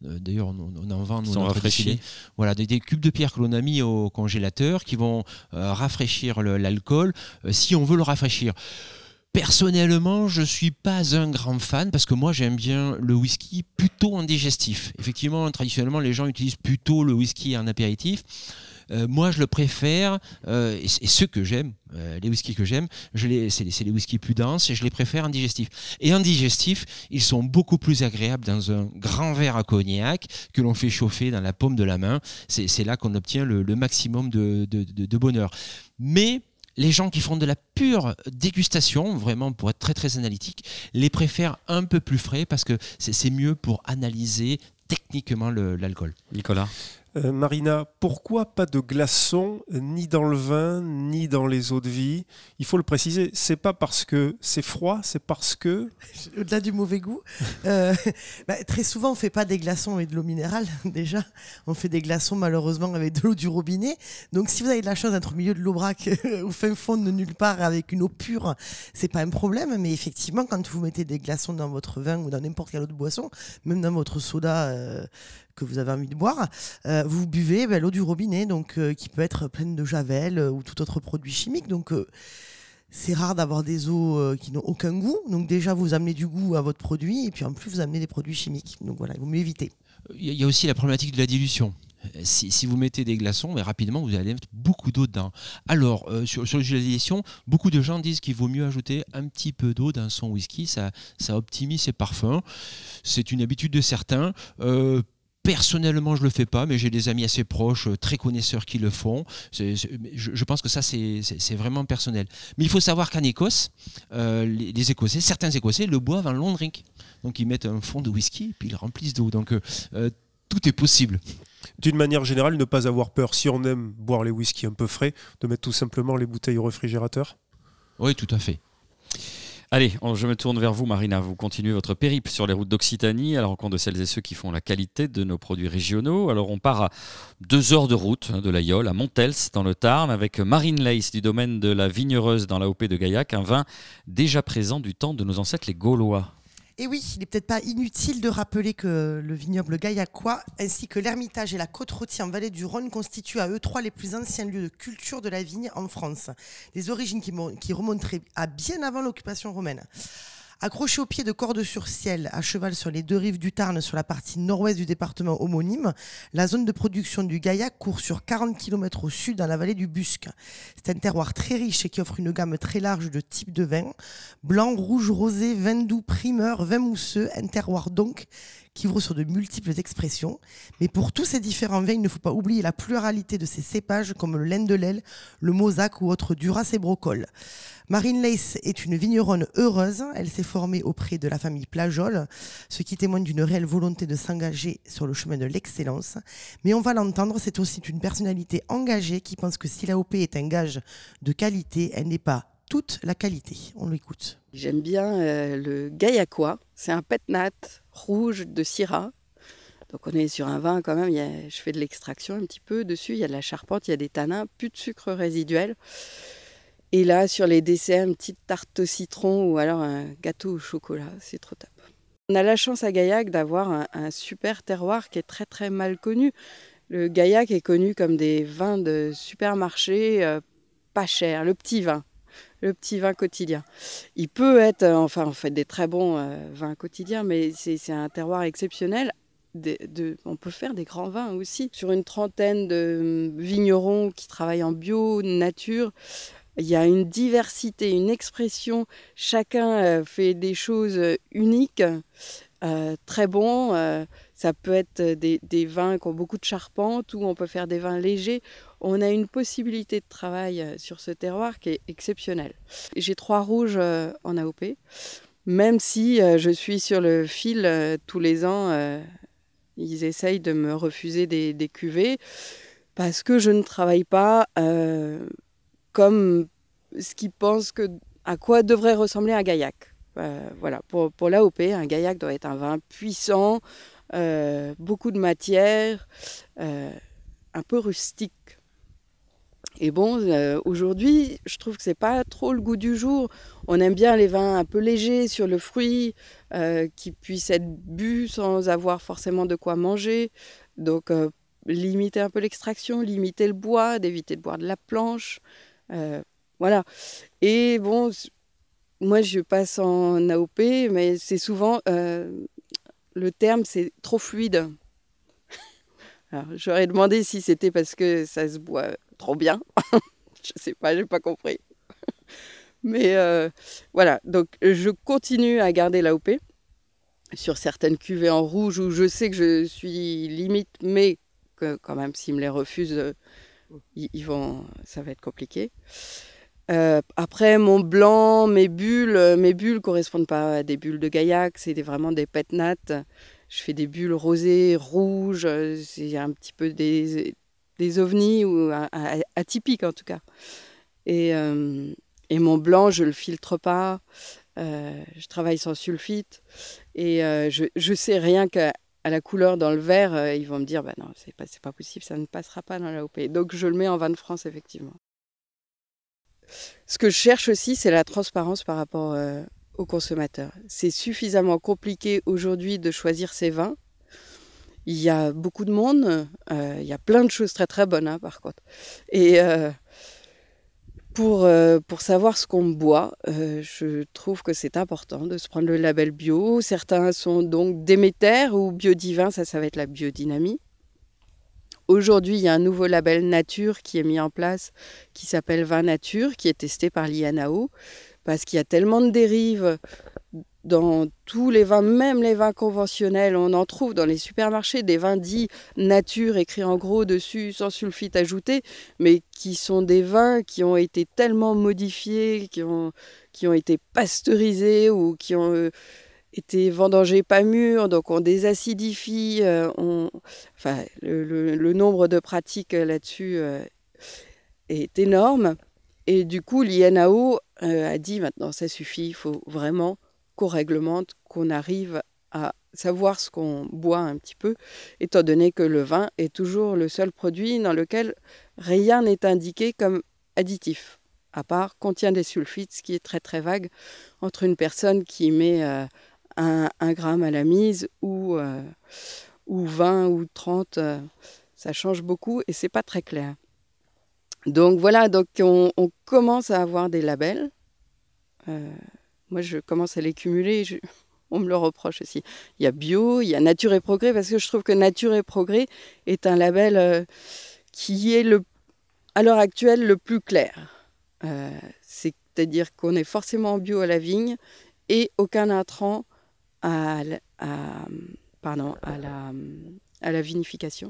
C: D'ailleurs, on en vend
A: Ils sont
C: notre
A: rafraîchis.
C: distillé. Voilà, des cubes de pierre que l'on a mis au congélateur qui vont rafraîchir l'alcool si on veut le rafraîchir. Personnellement, je ne suis pas un grand fan parce que moi j'aime bien le whisky plutôt en digestif. Effectivement, traditionnellement, les gens utilisent plutôt le whisky en apéritif. Moi, je le préfère, et ceux que j'aime, les whiskies que j'aime, c'est les whiskies plus denses et je les préfère en digestif. Et en digestif, ils sont beaucoup plus agréables dans un grand verre à cognac que l'on fait chauffer dans la paume de la main. C'est là qu'on obtient le maximum de bonheur. Mais les gens qui font de la pure dégustation, vraiment pour être très très analytique, les préfèrent un peu plus frais parce que c'est mieux pour analyser techniquement l'alcool.
A: Nicolas.
B: Marina, pourquoi pas de glaçons ni dans le vin ni dans les eaux de vie? Il faut le préciser, c'est pas parce que c'est froid, c'est parce que...
D: Au-delà du mauvais goût, très souvent on fait pas des glaçons avec de l'eau minérale déjà. On fait des glaçons malheureusement avec de l'eau du robinet. Donc si vous avez de la chance d'être au milieu de l'Aubrac au fin fond de nulle part avec une eau pure, c'est pas un problème. Mais effectivement, quand vous mettez des glaçons dans votre vin ou dans n'importe quelle autre boisson, même dans votre soda que vous avez envie de boire, vous buvez l'eau du robinet, donc qui peut être pleine de javel ou tout autre produit chimique. Donc c'est rare d'avoir des eaux qui n'ont aucun goût. Donc déjà, vous amenez du goût à votre produit et puis en plus, vous amenez des produits chimiques. Donc voilà, il vaut mieux éviter.
C: Il y a aussi la problématique de la dilution. Si vous mettez des glaçons, mais rapidement, vous allez mettre beaucoup d'eau dedans. Alors, sur le sujet de la dilution, beaucoup de gens disent qu'il vaut mieux ajouter un petit peu d'eau dans son whisky. Ça optimise ses parfums. C'est une habitude de certains. Personnellement, je ne le fais pas, mais j'ai des amis assez proches, très connaisseurs qui le font. Je pense que ça, c'est vraiment personnel. Mais il faut savoir qu'en Écosse, les Écossais, certains Écossais le boivent en long drink. Donc, ils mettent un fond de whisky et puis ils le remplissent d'eau. Donc, tout est possible.
B: D'une manière générale, ne pas avoir peur, si on aime boire les whiskies un peu frais, de mettre tout simplement les bouteilles au réfrigérateur.
C: Oui, tout à fait.
A: Allez, je me tourne vers vous, Marina. Vous continuez votre périple sur les routes d'Occitanie à la rencontre de celles et ceux qui font la qualité de nos produits régionaux. Alors, on part à 2 heures de route de l'Aïol, à Montels, dans le Tarn, avec Marine Leys du domaine de la Vignereuse dans l'AOP de Gaillac, un vin déjà présent du temps de nos ancêtres les Gaulois.
D: Et oui, il n'est peut-être pas inutile de rappeler que le vignoble gaillacois, ainsi que l'Hermitage et la Côte-Rôtie en vallée du Rhône, constituent à eux trois les plus anciens lieux de culture de la vigne en France. Des origines qui remonteraient à bien avant l'occupation romaine. Accroché au pied de Cordes-sur-Ciel, à cheval sur les 2 rives du Tarn, sur la partie nord-ouest du département homonyme, la zone de production du Gaillac court sur 40 km au sud dans la vallée du Busc. C'est un terroir très riche et qui offre une gamme très large de types de vins, blanc, rouge, rosé, vin doux, primeur, vin mousseux, un terroir donc qui ouvre sur de multiples expressions. Mais pour tous ces différents vins, il ne faut pas oublier la pluralité de ces cépages comme le Lendelel, le Mozac ou autres Duras et Brocol. Marine Leys est une vigneronne heureuse. Elle s'est formée auprès de la famille Plajol, ce qui témoigne d'une réelle volonté de s'engager sur le chemin de l'excellence. Mais on va l'entendre, c'est aussi une personnalité engagée qui pense que si l'AOP est un gage de qualité, elle n'est pas toute la qualité. On l'écoute.
G: J'aime bien le gaillacois. C'est un pétnat rouge de Syrah. Donc on est sur un vin quand même, je fais de l'extraction un petit peu. Dessus, il y a de la charpente, il y a des tanins, plus de sucre résiduel. Et là, sur les desserts, une petite tarte au citron ou alors un gâteau au chocolat. C'est trop top. On a la chance à Gaillac d'avoir un super terroir qui est très très mal connu. Le Gaillac est connu comme des vins de supermarché pas chers, le petit vin quotidien. Il peut être, on fait des très bons vins quotidiens, mais c'est un terroir exceptionnel. On peut faire des grands vins aussi. Sur une trentaine de vignerons qui travaillent en bio, nature, il y a une diversité, une expression. Chacun fait des choses uniques, très bons. Ça peut être des vins qui ont beaucoup de charpente ou on peut faire des vins légers. On a une possibilité de travail sur ce terroir qui est exceptionnelle. J'ai 3 rouges en AOP, même si je suis sur le fil tous les ans. Ils essayent de me refuser des cuvées parce que je ne travaille pas comme ce qu'ils pensent à quoi devrait ressembler un Gaillac. Voilà. Pour l'AOP, un Gaillac doit être un vin puissant, beaucoup de matière, un peu rustique. Et bon, aujourd'hui, je trouve que c'est pas trop le goût du jour. On aime bien les vins un peu légers sur le fruit, qui puissent être bu sans avoir forcément de quoi manger. Donc, limiter un peu l'extraction, limiter le bois, d'éviter de boire de la planche. Voilà. Et bon, moi, je passe en AOP, mais c'est souvent, le terme, c'est trop fluide. Alors, j'aurais demandé si c'était parce que ça se boit trop bien. Je sais pas, j'ai pas compris. Mais voilà, donc je continue à garder l'AOP sur certaines cuvées en rouge où je sais que je suis limite, mais que quand même, s'ils me les refusent, ça va être compliqué. Après, mon blanc, mes bulles correspondent pas à des bulles de Gaillac, c'est vraiment des pétnates. Je fais des bulles rosées, rouges, c'est un petit peu des ovnis ou atypiques en tout cas. Et mon blanc, je le filtre pas. Je travaille sans sulfite. Et je sais rien qu'à la couleur dans le verre, ils vont me dire bah non, c'est pas possible, ça ne passera pas dans l'AOP. Donc je le mets en vin de France, effectivement. Ce que je cherche aussi, c'est la transparence par rapport aux consommateurs. C'est suffisamment compliqué aujourd'hui de choisir ses vins. Il y a beaucoup de monde, il y a plein de choses très très bonnes hein, par contre. Et pour savoir ce qu'on boit, je trouve que c'est important de se prendre le label bio. Certains sont donc Déméter ou Biodivin, ça va être la biodynamie. Aujourd'hui, il y a un nouveau label nature qui est mis en place, qui s'appelle Vin Nature, qui est testé par l'INAO, parce qu'il y a tellement de dérives dans tous les vins, même les vins conventionnels. On en trouve dans les supermarchés des vins dits nature, écrits en gros dessus, sans sulfite ajouté, mais qui sont des vins qui ont été tellement modifiés, qui ont été pasteurisés ou qui ont été vendangés pas mûrs, donc on désacidifie. Le nombre de pratiques là-dessus est énorme. Et du coup, l'INAO a dit maintenant ça suffit, il faut vraiment qu'on réglemente, qu'on arrive à savoir ce qu'on boit un petit peu, étant donné que le vin est toujours le seul produit dans lequel rien n'est indiqué comme additif, à part contient des sulfites, ce qui est très très vague entre une personne qui met 1 gramme à la mise ou 20 ou 30, ça change beaucoup et c'est pas très clair. Donc voilà, donc on commence à avoir des labels. Moi, je commence à les cumuler. On me le reproche aussi. Il y a bio, il y a Nature et Progrès, parce que je trouve que Nature et Progrès est un label qui est à l'heure actuelle le plus clair. C'est-à-dire qu'on est forcément en bio à la vigne et aucun intrant à la vinification.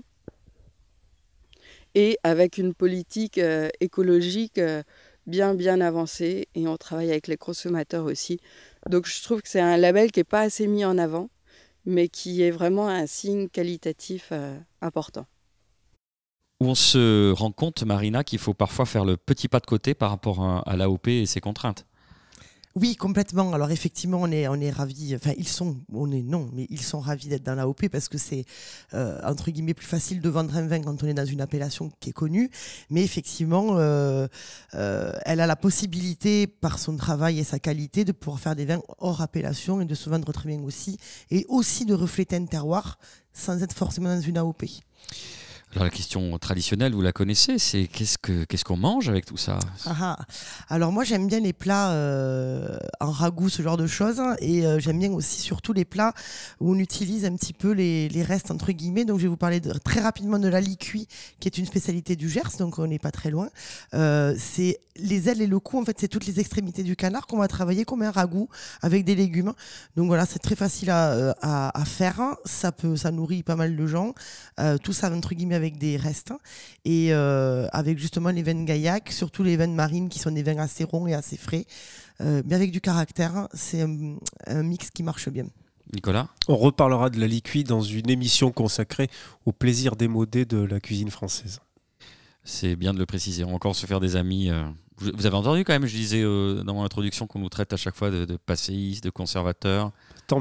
G: Et avec une politique écologique bien avancée, et on travaille avec les consommateurs aussi. Donc je trouve que c'est un label qui n'est pas assez mis en avant, mais qui est vraiment un signe qualitatif important.
A: Où on se rend compte, Marina, qu'il faut parfois faire le petit pas de côté par rapport à l'AOP et ses contraintes.
D: Oui, complètement. Alors effectivement, on est ravis. Enfin, ils sont ravis d'être dans l'AOP parce que c'est entre guillemets plus facile de vendre un vin quand on est dans une appellation qui est connue. Mais effectivement, elle a la possibilité, par son travail et sa qualité, de pouvoir faire des vins hors appellation et de se vendre très bien aussi, et aussi de refléter un terroir sans être forcément dans une AOP.
A: Alors la question traditionnelle, vous la connaissez, c'est qu'est-ce qu'on mange avec tout ça ?
D: Alors moi j'aime bien les plats en ragoût, ce genre de choses, et j'aime bien aussi surtout les plats où on utilise un petit peu les restes entre guillemets. Donc je vais vous parler très rapidement de l'alicuit, qui est une spécialité du Gers, donc on n'est pas très loin. C'est les ailes et le cou, en fait c'est toutes les extrémités du canard qu'on va travailler comme un ragoût avec des légumes. Donc voilà, c'est très facile à faire, ça nourrit pas mal de gens, tout ça entre guillemets avec des restes, et avec justement les vins de Gaillac, surtout les vins de Marine qui sont des vins assez ronds et assez frais, mais avec du caractère. C'est un mix qui marche bien.
A: Nicolas ?
B: On reparlera de l'alicuit dans une émission consacrée au plaisir démodé de la cuisine française.
A: C'est bien de le préciser, on va encore se faire des amis. Vous avez entendu quand même, je disais dans mon introduction qu'on nous traite à chaque fois de passéistes, de conservateurs.
B: Tant mieux.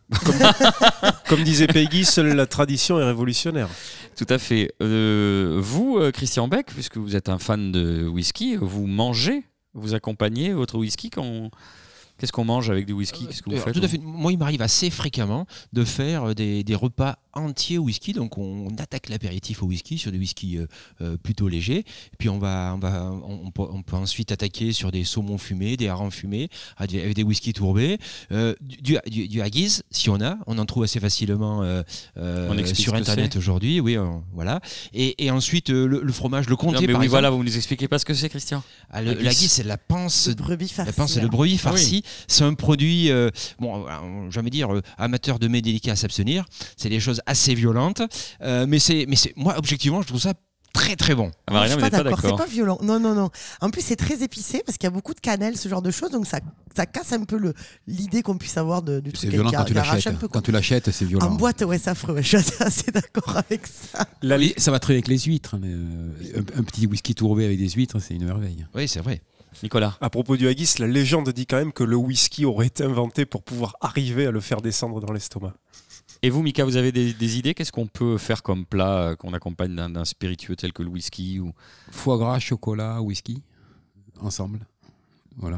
B: Comme disait Peggy, seule la tradition est révolutionnaire.
A: Tout à fait. Vous, Christian Beck, puisque vous êtes un fan de whisky, vous mangez, vous accompagnez votre whisky quand... Qu'est-ce qu'on mange avec du whisky? Qu'est-ce que vous faites?
C: Tout à fait. Moi, il m'arrive assez fréquemment de faire des repas entiers au whisky. Donc, on attaque l'apéritif au whisky sur des whiskies plutôt légers. Puis, on peut ensuite attaquer sur des saumons fumés, des harengs fumés, avec des whiskies tourbés. Du haggis, si on en trouve assez facilement sur Internet aujourd'hui. Oui, voilà. Et ensuite, le fromage, le comté,
A: par exemple.
C: Voilà,
A: vous nous expliquez pas ce que c'est, Christian?
C: Le haggis, c'est la panse
D: de brebis farcie.
C: La panse de brebis farcie. C'est un produit, j'ai envie de dire, amateur de mets délicats à s'abstenir. C'est des choses assez violentes. Mais moi, objectivement, je trouve ça très très bon.
A: Marina,
D: je suis
A: vous
D: pas
A: n'êtes
D: d'accord,
A: pas d'accord.
D: c'est pas violent. Non. En plus, c'est très épicé parce qu'il y a beaucoup de cannelle, ce genre de choses. Donc ça casse un peu l'idée qu'on puisse avoir du truc.
F: C'est violent quand tu l'achètes. Quand tu l'achètes, c'est violent.
D: En boîte, ouais, c'est affreux. Je suis assez d'accord avec ça.
F: Oui, ça va très avec les huîtres. Mais un petit whisky tourbé avec des huîtres, c'est une merveille.
C: Oui, c'est vrai.
A: Nicolas.
B: À propos du haggis, la légende dit quand même que le whisky aurait été inventé pour pouvoir arriver à le faire descendre dans l'estomac.
A: Et vous, Mika, vous avez des idées? Qu'est-ce qu'on peut faire comme plat qu'on accompagne d'un spiritueux tel que le whisky ou...
F: Foie gras, chocolat, whisky, ensemble. Voilà.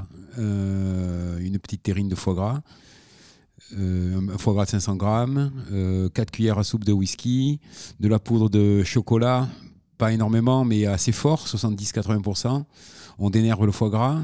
F: Une petite terrine de foie gras. Un foie gras de 500 grammes. 4 cuillères à soupe de whisky. De la poudre de chocolat, pas énormément, mais assez fort, 70-80%. On dénerve le foie gras,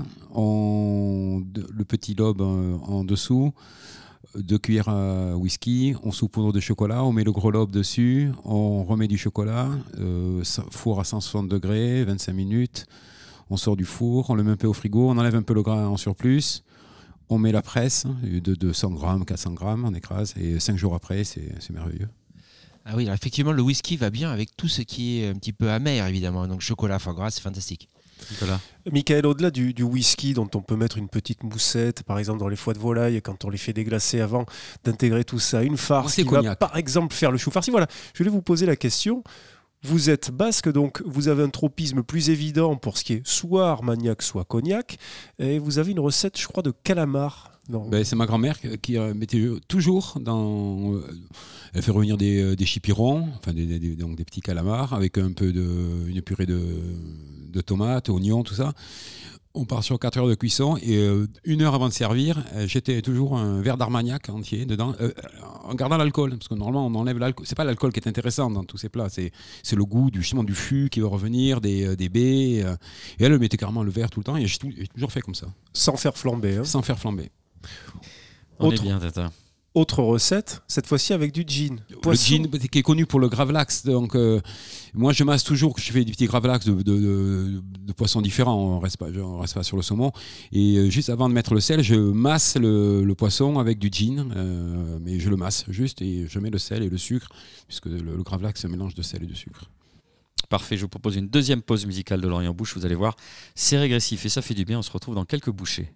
F: le petit lobe en dessous, 2 cuillères à whisky, on saupoudre de chocolat, on met le gros lobe dessus, on remet du chocolat, four à 160 degrés, 25 minutes, on sort du four, on le met un peu au frigo, on enlève un peu le gras en surplus, on met la presse de 200 grammes, 400 grammes, on écrase, et 5 jours après, c'est merveilleux.
C: Ah oui, alors effectivement, le whisky va bien avec tout ce qui est un petit peu amer, évidemment. Donc chocolat, foie gras, c'est fantastique.
A: Nicolas.
B: Michael, au-delà du whisky dont on peut mettre une petite moussette, par exemple dans les foies de volaille, quand on les fait déglacer avant, d'intégrer tout ça, une farce qui va par exemple faire le chou farci. Voilà, je voulais vous poser la question. Vous êtes basque, donc vous avez un tropisme plus évident pour ce qui est soit armagnac, soit cognac, et vous avez une recette, je crois, de calamar.
F: C'est ma grand-mère qui mettait toujours dans... Elle fait revenir des chipirons, enfin donc des petits calamars, avec un peu une purée de tomates, oignons, tout ça. On part sur 4 heures de cuisson et 1 heure avant de servir, j'étais toujours un verre d'armagnac entier dedans, en gardant l'alcool, parce que normalement on enlève l'alcool. C'est pas l'alcool qui est intéressant dans tous ces plats, c'est le goût justement du fût qui va revenir, des baies. Et elle mettait carrément le verre tout le temps et j'ai toujours fait comme ça.
B: Sans faire flamber. Hein.
F: Sans faire flamber.
A: On est bien, Tata.
B: Autre recette, cette fois-ci avec du gin.
F: Poisson. Le gin qui est connu pour le gravlax. Donc, moi, je masse toujours, je fais du petit gravlax de poissons différents. On reste pas sur le saumon. Et juste avant de mettre le sel, je masse le poisson avec du gin. Mais je le masse juste et je mets le sel et le sucre, puisque le gravlax, c'est un mélange de sel et de sucre.
A: Parfait, je vous propose une deuxième pause musicale de Lorient Bouche. Vous allez voir, c'est régressif et ça fait du bien. On se retrouve dans quelques bouchées.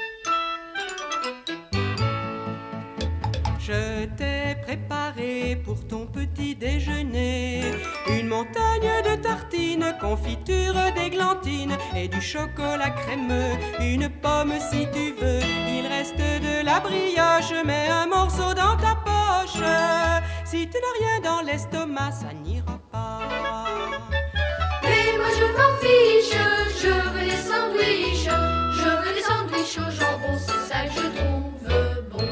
H: Je t'ai préparé pour ton petit déjeuner une montagne de tartines, confiture d'églantine et du chocolat crémeux, une pomme si tu veux. Il reste de la brioche, mets un morceau dans ta poche. Si tu n'as rien dans l'estomac, ça n'ira pas.
I: Mais moi je m'en fiche, je veux des sandwichs, au jambon, c'est ça que je trouve bon.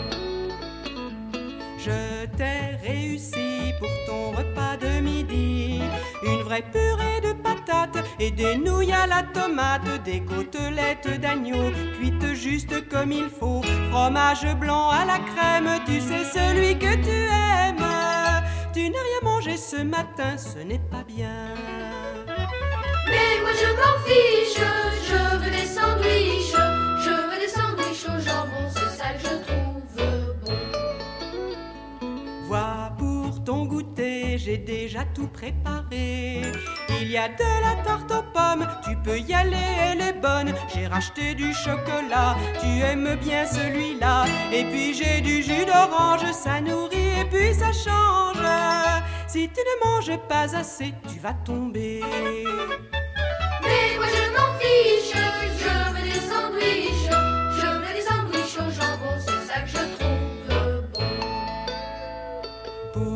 H: Je t'ai réussi pour ton repas de midi une vraie purée de patates et des nouilles à la tomate, des côtelettes d'agneau cuites juste comme il faut, fromage blanc à la crème, tu sais celui que tu aimes. Tu n'as rien mangé ce matin, ce n'est pas bien.
I: Mais moi je m'en fiche, je veux des sandwichs, au jambon, c'est ça que je trouve bon.
H: Vois pour ton goûter, j'ai déjà tout préparé. Il y a de la tarte aux pommes, tu peux y aller, elle est bonne. J'ai racheté du chocolat, tu aimes bien celui-là. Et puis j'ai du jus d'orange, ça nourrit et puis ça change. Si tu ne manges pas assez, tu vas tomber.
I: Mais moi je m'en fiche, je veux des sandwichs, au jambon, c'est ça que je trouve bon.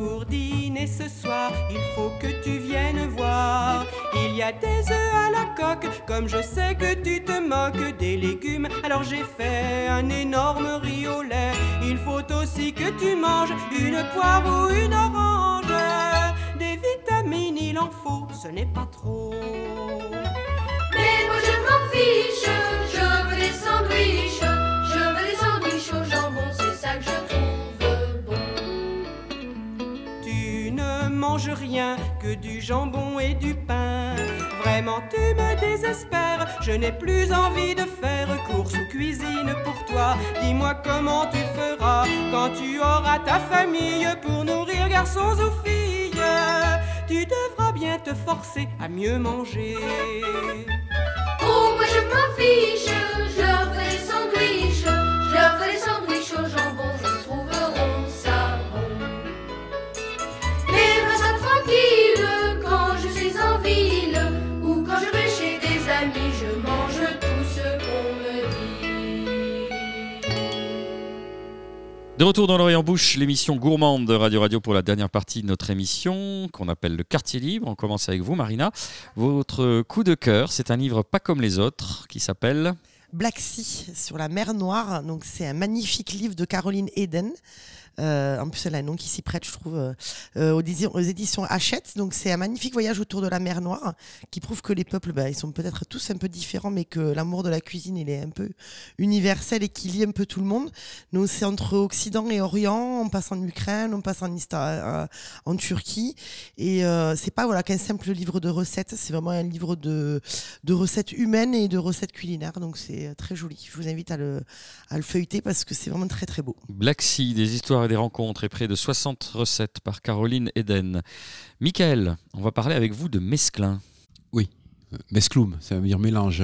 H: pour dîner ce soir, il faut que tu viennes voir. Il y a des œufs à la coque, comme je sais que tu te moques des légumes, alors j'ai fait un énorme riz au lait. Il faut aussi que tu manges une poire ou une orange. Des vitamines il en faut, ce n'est pas trop.
I: Mais moi je m'en fiche, je veux des sandwichs. Je veux des sandwichs au jambon, c'est ça que je trouve bon.
H: Tu ne manges rien que du jambon et du pain. Vraiment tu me désespères, je n'ai plus envie de faire course ou cuisine pour toi. Dis-moi comment tu feras quand tu auras ta famille pour nourrir garçons ou filles. Tu devras bien te forcer à mieux manger.
I: Oh, moi je m'en fiche, je leur fais des sandwichs. Je leur fais des sandwichs au jambon, ils trouveront ça bon. Mais reste tranquille, quand je suis en ville ou quand je vais chez des amis, je mange tout ce qu'on me dit.
A: De retour dans l'Oreille en bouche, l'émission gourmande de Radio Radio pour la dernière partie de notre émission qu'on appelle le Quartier Libre. On commence avec vous, Marina. Votre coup de cœur, c'est un livre pas comme les autres qui s'appelle
D: Black Sea sur la mer Noire. Donc c'est un magnifique livre de Caroline Eden. En plus, elle a un nom qui s'y prête, je trouve, aux éditions Hachette. Donc, c'est un magnifique voyage autour de la mer Noire qui prouve que les peuples, ils sont peut-être tous un peu différents, mais que l'amour de la cuisine, il est un peu universel et qui lie un peu tout le monde. Donc, c'est entre Occident et Orient, on passe en Ukraine, on passe en Turquie. Et c'est pas qu'un simple livre de recettes, c'est vraiment un livre de recettes humaines et de recettes culinaires. Donc, c'est très joli. Je vous invite à le feuilleter parce que c'est vraiment très, très beau.
A: Black Sea, des histoires et des rencontres et près de 60 recettes par Caroline Eden. Michael, on va parler avec vous de mesclin.
F: Oui, mescloum, ça veut dire mélange.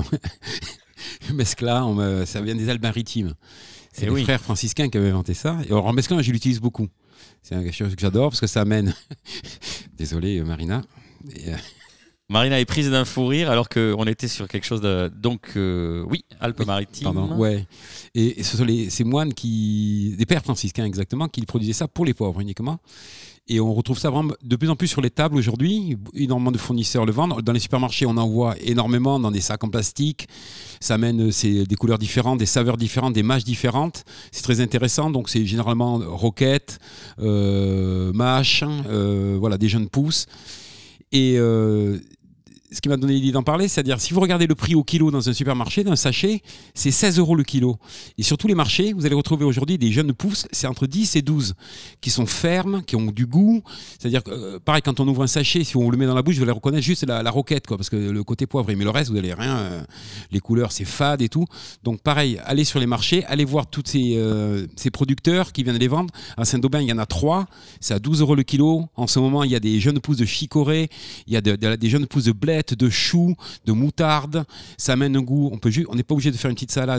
F: Mesclin, ça vient des Alpes-Maritimes. C'est les frères franciscains qui avaient inventé ça. Et alors, en mesclin, je l'utilise beaucoup. C'est quelque chose que j'adore parce que ça amène... Désolé, Marina.
A: Marina est prise d'un fou rire alors qu'on était sur quelque chose de... Donc, oui, Alpes-Maritimes.
F: Pardon, ouais. Et ce sont ces moines des pères franciscains exactement, qui produisaient ça pour les pauvres uniquement. Et on retrouve ça vraiment de plus en plus sur les tables aujourd'hui. Énormément de fournisseurs le vendent. Dans les supermarchés, on en voit énormément dans des sacs en plastique. Ça amène des couleurs différentes, des saveurs différentes, des mâches différentes. C'est très intéressant. Donc, c'est généralement roquettes, mâches, des jeunes pousses. Et ce qui m'a donné l'idée d'en parler, c'est-à-dire si vous regardez le prix au kilo dans un supermarché, d'un sachet, c'est 16 € le kilo. Et sur tous les marchés, vous allez retrouver aujourd'hui des jeunes pousses, c'est entre 10 et 12, qui sont fermes, qui ont du goût. C'est-à-dire que, pareil, quand on ouvre un sachet, si on le met dans la bouche, vous allez reconnaître juste la roquette, parce que le côté poivré, mais le reste, vous n'allez rien. Les couleurs, c'est fade et tout. Donc pareil, allez sur les marchés, allez voir tous ces producteurs qui viennent les vendre. À Saint-Aubin, il y en a 3, c'est à 12 € le kilo. En ce moment, il y a des jeunes pousses de chicorée, il y a des jeunes pousses de blé, de choux, de moutarde, ça amène un goût. On n'est pas obligé de faire une petite salade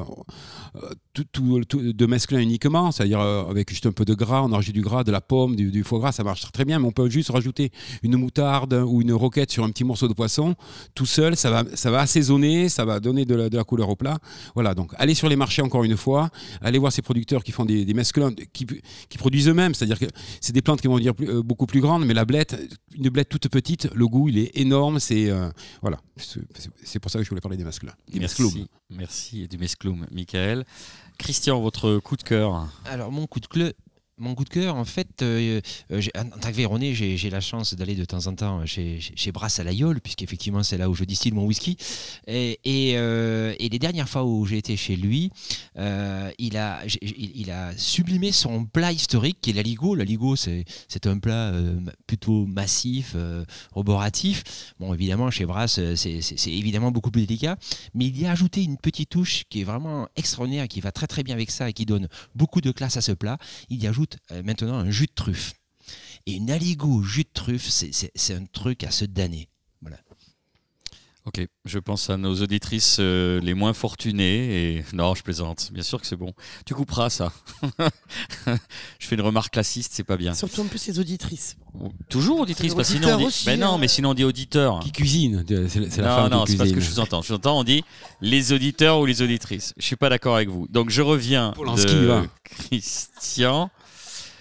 F: de mesclin uniquement, c'est-à-dire avec juste un peu de gras, on rajoute du gras, de la pomme, du foie gras, ça marche très bien, mais on peut juste rajouter une moutarde ou une roquette sur un petit morceau de poisson, tout seul, ça va assaisonner, ça va donner de la couleur au plat. Voilà, donc allez sur les marchés encore une fois, allez voir ces producteurs qui font des mesclins qui produisent eux-mêmes, c'est-à-dire que c'est des plantes qui vont dire beaucoup plus grandes, mais une blette toute petite, le goût il est énorme, c'est pour ça que je voulais parler des mesclins.
A: Merci, et du mescloum, Michael. Christian, votre coup de cœur?
C: Alors, mon coup de cœur, en fait, en tant que Véronais, j'ai la chance d'aller de temps en temps chez Brasse à l'Aïole, puisqu'effectivement, c'est là où je distille mon whisky. Et les dernières fois où j'ai été chez lui, il a sublimé son plat historique, qui est l'aligot. L'aligot, c'est un plat plutôt massif, roboratif. Bon, évidemment, chez Brasse, c'est évidemment beaucoup plus délicat. Mais il y a ajouté une petite touche qui est vraiment extraordinaire, qui va très très bien avec ça et qui donne beaucoup de classe à ce plat. Il y ajoute maintenant un jus de truffe. Et une aligot au jus de truffe, c'est un truc à se damner. Voilà.
A: Ok, je pense à nos auditrices les moins fortunées. Et... Non, je plaisante. Bien sûr que c'est bon. Tu couperas ça. Je fais une remarque classiste, c'est pas bien.
D: Surtout en plus les auditrices.
A: Toujours auditrices, parce que sinon on dit...
D: aussi,
A: mais sinon on dit auditeur.
F: Qui cuisine. C'est la femme
A: non,
F: qui
A: c'est pas ce
F: cuisine.
A: que je vous entends. On dit les auditeurs ou les auditrices. Je suis pas d'accord avec vous. Donc je reviens
F: Polanski,
A: de
F: va.
A: Christian.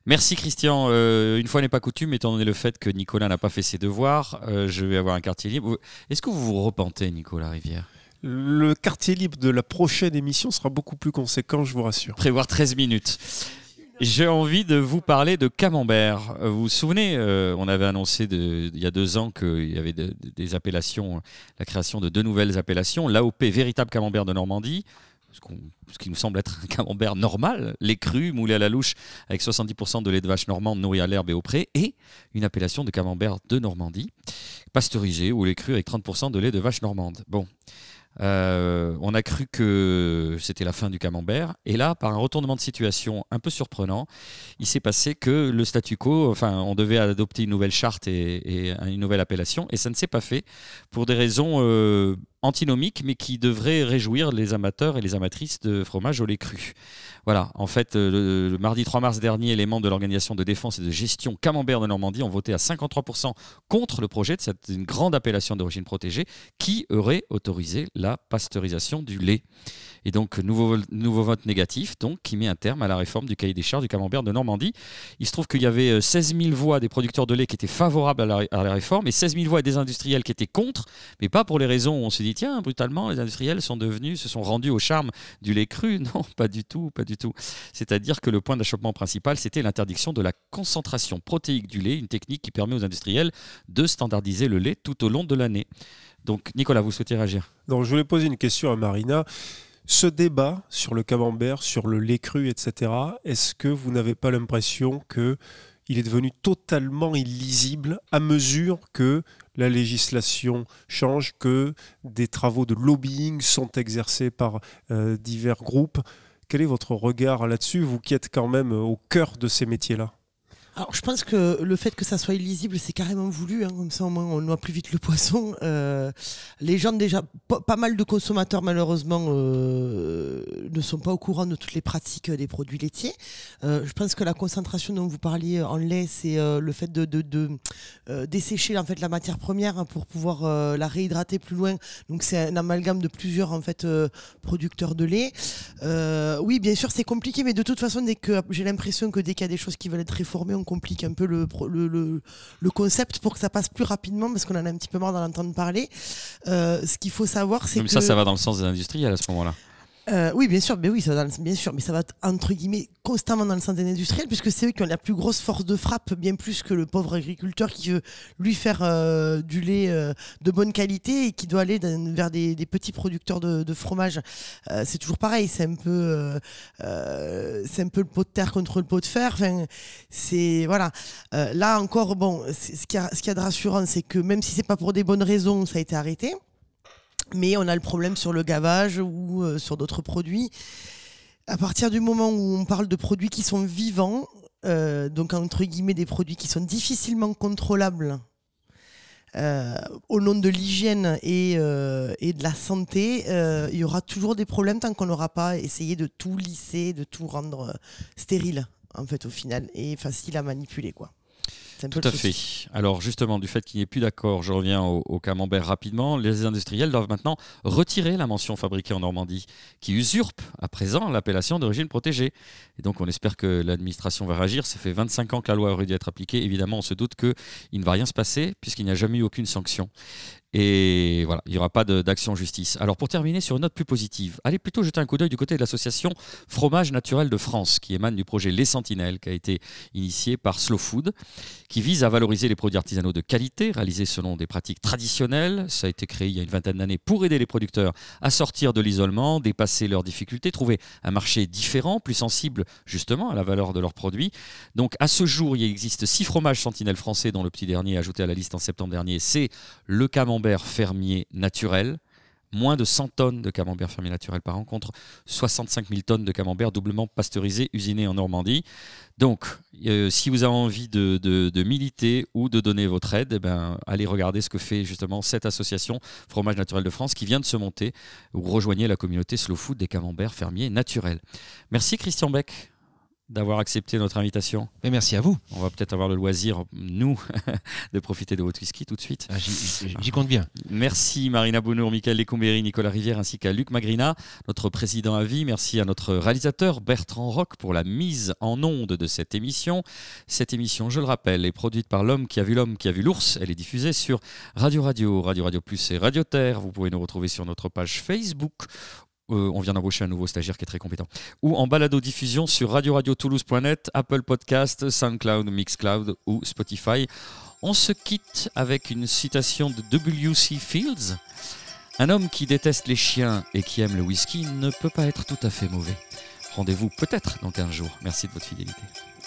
A: Merci Christian. Une fois n'est pas coutume, étant donné le fait que Nicolas n'a pas fait ses devoirs, je vais avoir un quartier libre. Est-ce que vous vous repentez, Nicolas Rivière ?
B: Le quartier libre de la prochaine émission sera beaucoup plus conséquent, je vous rassure.
A: Prévoir 13 minutes. J'ai envie de vous parler de camembert. Vous vous souvenez, on avait annoncé il y a 2 ans qu'il y avait des appellations, la création de 2 nouvelles appellations. L'AOP, véritable camembert de Normandie, ce qui nous semble être un camembert normal, lait cru, moulé à la louche avec 70% de lait de vache normande nourri à l'herbe et au pré, et une appellation de camembert de Normandie, pasteurisé ou lait cru avec 30% de lait de vache normande. Bon. On a cru que c'était la fin du camembert et là, par un retournement de situation un peu surprenant, il s'est passé que le statu quo, on devait adopter une nouvelle charte et une nouvelle appellation et ça ne s'est pas fait pour des raisons antinomiques mais qui devraient réjouir les amateurs et les amatrices de fromage au lait cru. Voilà, en fait, le mardi 3 mars dernier, les membres de l'organisation de défense et de gestion Camembert de Normandie ont voté à 53% contre le projet de cette une grande appellation d'origine protégée qui aurait autorisé la pasteurisation du lait. Et donc, nouveau vote négatif, donc, qui met un terme à la réforme du cahier des charges du Camembert de Normandie. Il se trouve qu'il y avait 16 000 voix des producteurs de lait qui étaient favorables à la réforme et 16 000 voix des industriels qui étaient contre, mais pas pour les raisons où on se dit, tiens, brutalement, les industriels se sont rendus au charme du lait cru. Non, pas du tout, pas du tout. C'est-à-dire que le point d'achoppement principal, c'était l'interdiction de la concentration protéique du lait, une technique qui permet aux industriels de standardiser le lait tout au long de l'année. Donc, Nicolas, vous souhaitez réagir ?
B: Donc, je voulais poser une question à Marina. Ce débat sur le camembert, sur le lait cru, etc., est-ce que vous n'avez pas l'impression qu'il est devenu totalement illisible à mesure que la législation change, que des travaux de lobbying sont exercés par divers groupes ? Quel est votre regard là-dessus, vous qui êtes quand même au cœur de ces métiers-là ?
D: Alors, je pense que le fait que ça soit illisible, c'est carrément voulu, hein, comme ça au moins on noie plus vite le poisson. Les gens déjà, pas mal de consommateurs malheureusement ne sont pas au courant de toutes les pratiques des produits laitiers. Je pense que la concentration dont vous parliez en lait, c'est le fait de dessécher en fait la matière première pour pouvoir la réhydrater plus loin. Donc c'est un amalgame de plusieurs en fait producteurs de lait. Oui, bien sûr, c'est compliqué, mais de toute façon, j'ai l'impression que dès qu'il y a des choses qui veulent être réformées, on complique un peu le concept pour que ça passe plus rapidement parce qu'on en a un petit peu marre d'en entendre parler. Ce qu'il faut savoir, c'est que...
A: Ça va dans le sens des industriels à ce moment-là.
D: Oui, bien sûr, mais ça va entre guillemets constamment dans le sens des industriels, puisque c'est eux qui ont la plus grosse force de frappe, bien plus que le pauvre agriculteur qui veut lui faire du lait de bonne qualité et qui doit aller vers des petits producteurs de fromage. C'est toujours pareil, c'est un peu le pot de terre contre le pot de fer. Enfin, c'est voilà. Là encore, bon, ce qu'il y a de rassurant, c'est que même si c'est pas pour des bonnes raisons, ça a été arrêté. Mais on a le problème sur le gavage ou sur d'autres produits. À partir du moment où on parle de produits qui sont vivants, donc entre guillemets des produits qui sont difficilement contrôlables au nom de l'hygiène et de la santé, il y aura toujours des problèmes tant qu'on n'aura pas essayé de tout lisser, de tout rendre stérile en fait au final et facile à manipuler quoi.
A: Tout à fait. Alors justement, du fait qu'il n'y ait plus d'accord, je reviens au camembert rapidement, les industriels doivent maintenant retirer la mention fabriquée en Normandie, qui usurpe à présent l'appellation d'origine protégée. Et donc on espère que l'administration va réagir. Ça fait 25 ans que la loi aurait dû être appliquée. Évidemment, on se doute qu'il ne va rien se passer puisqu'il n'y a jamais eu aucune sanction. Et voilà, il n'y aura pas d'action en justice. Alors pour terminer sur une note plus positive, allez plutôt jeter un coup d'œil du côté de l'association Fromage Naturel de France, qui émane du projet Les Sentinelles, qui a été initié par Slow Food, qui vise à valoriser les produits artisanaux de qualité, réalisés selon des pratiques traditionnelles. Ça a été créé il y a une vingtaine d'années pour aider les producteurs à sortir de l'isolement, dépasser leurs difficultés, trouver un marché différent, plus sensible justement à la valeur de leurs produits. Donc à ce jour, il existe 6 fromages Sentinelles français, dont le petit dernier ajouté à la liste en septembre dernier, c'est le camembert fermier naturel. Moins de 100 tonnes de camembert fermier naturel par an contre 65 000 tonnes de camembert doublement pasteurisé usiné en Normandie. Donc, si vous avez envie de militer ou de donner votre aide, allez regarder ce que fait justement cette association Fromage Naturel de France qui vient de se monter. Vous rejoignez la communauté Slow Food des camemberts fermiers naturels. Merci Christian Beck. d'avoir accepté notre invitation.
C: Mais merci à vous.
A: On va peut-être avoir le loisir, nous, de profiter de votre whisky tout de suite.
C: J'y compte bien.
A: Merci Marina Bonnour, Michael Lecombéry, Nicolas Rivière ainsi qu'à Luc Magrina, notre président à vie. Merci à notre réalisateur Bertrand Roch pour la mise en onde de cette émission. Cette émission, je le rappelle, est produite par l'homme qui a vu l'ours. Elle est diffusée sur Radio Radio, Radio Radio Plus et Radio Terre. Vous pouvez nous retrouver sur notre page Facebook. On vient d'embaucher un nouveau stagiaire qui est très compétent. Ou en balado-diffusion sur radioradiotoulouse.net, Apple Podcast, SoundCloud, Mixcloud ou Spotify. On se quitte avec une citation de W.C. Fields. Un homme qui déteste les chiens et qui aime le whisky ne peut pas être tout à fait mauvais. Rendez-vous peut-être dans 15 jours. Merci de votre fidélité.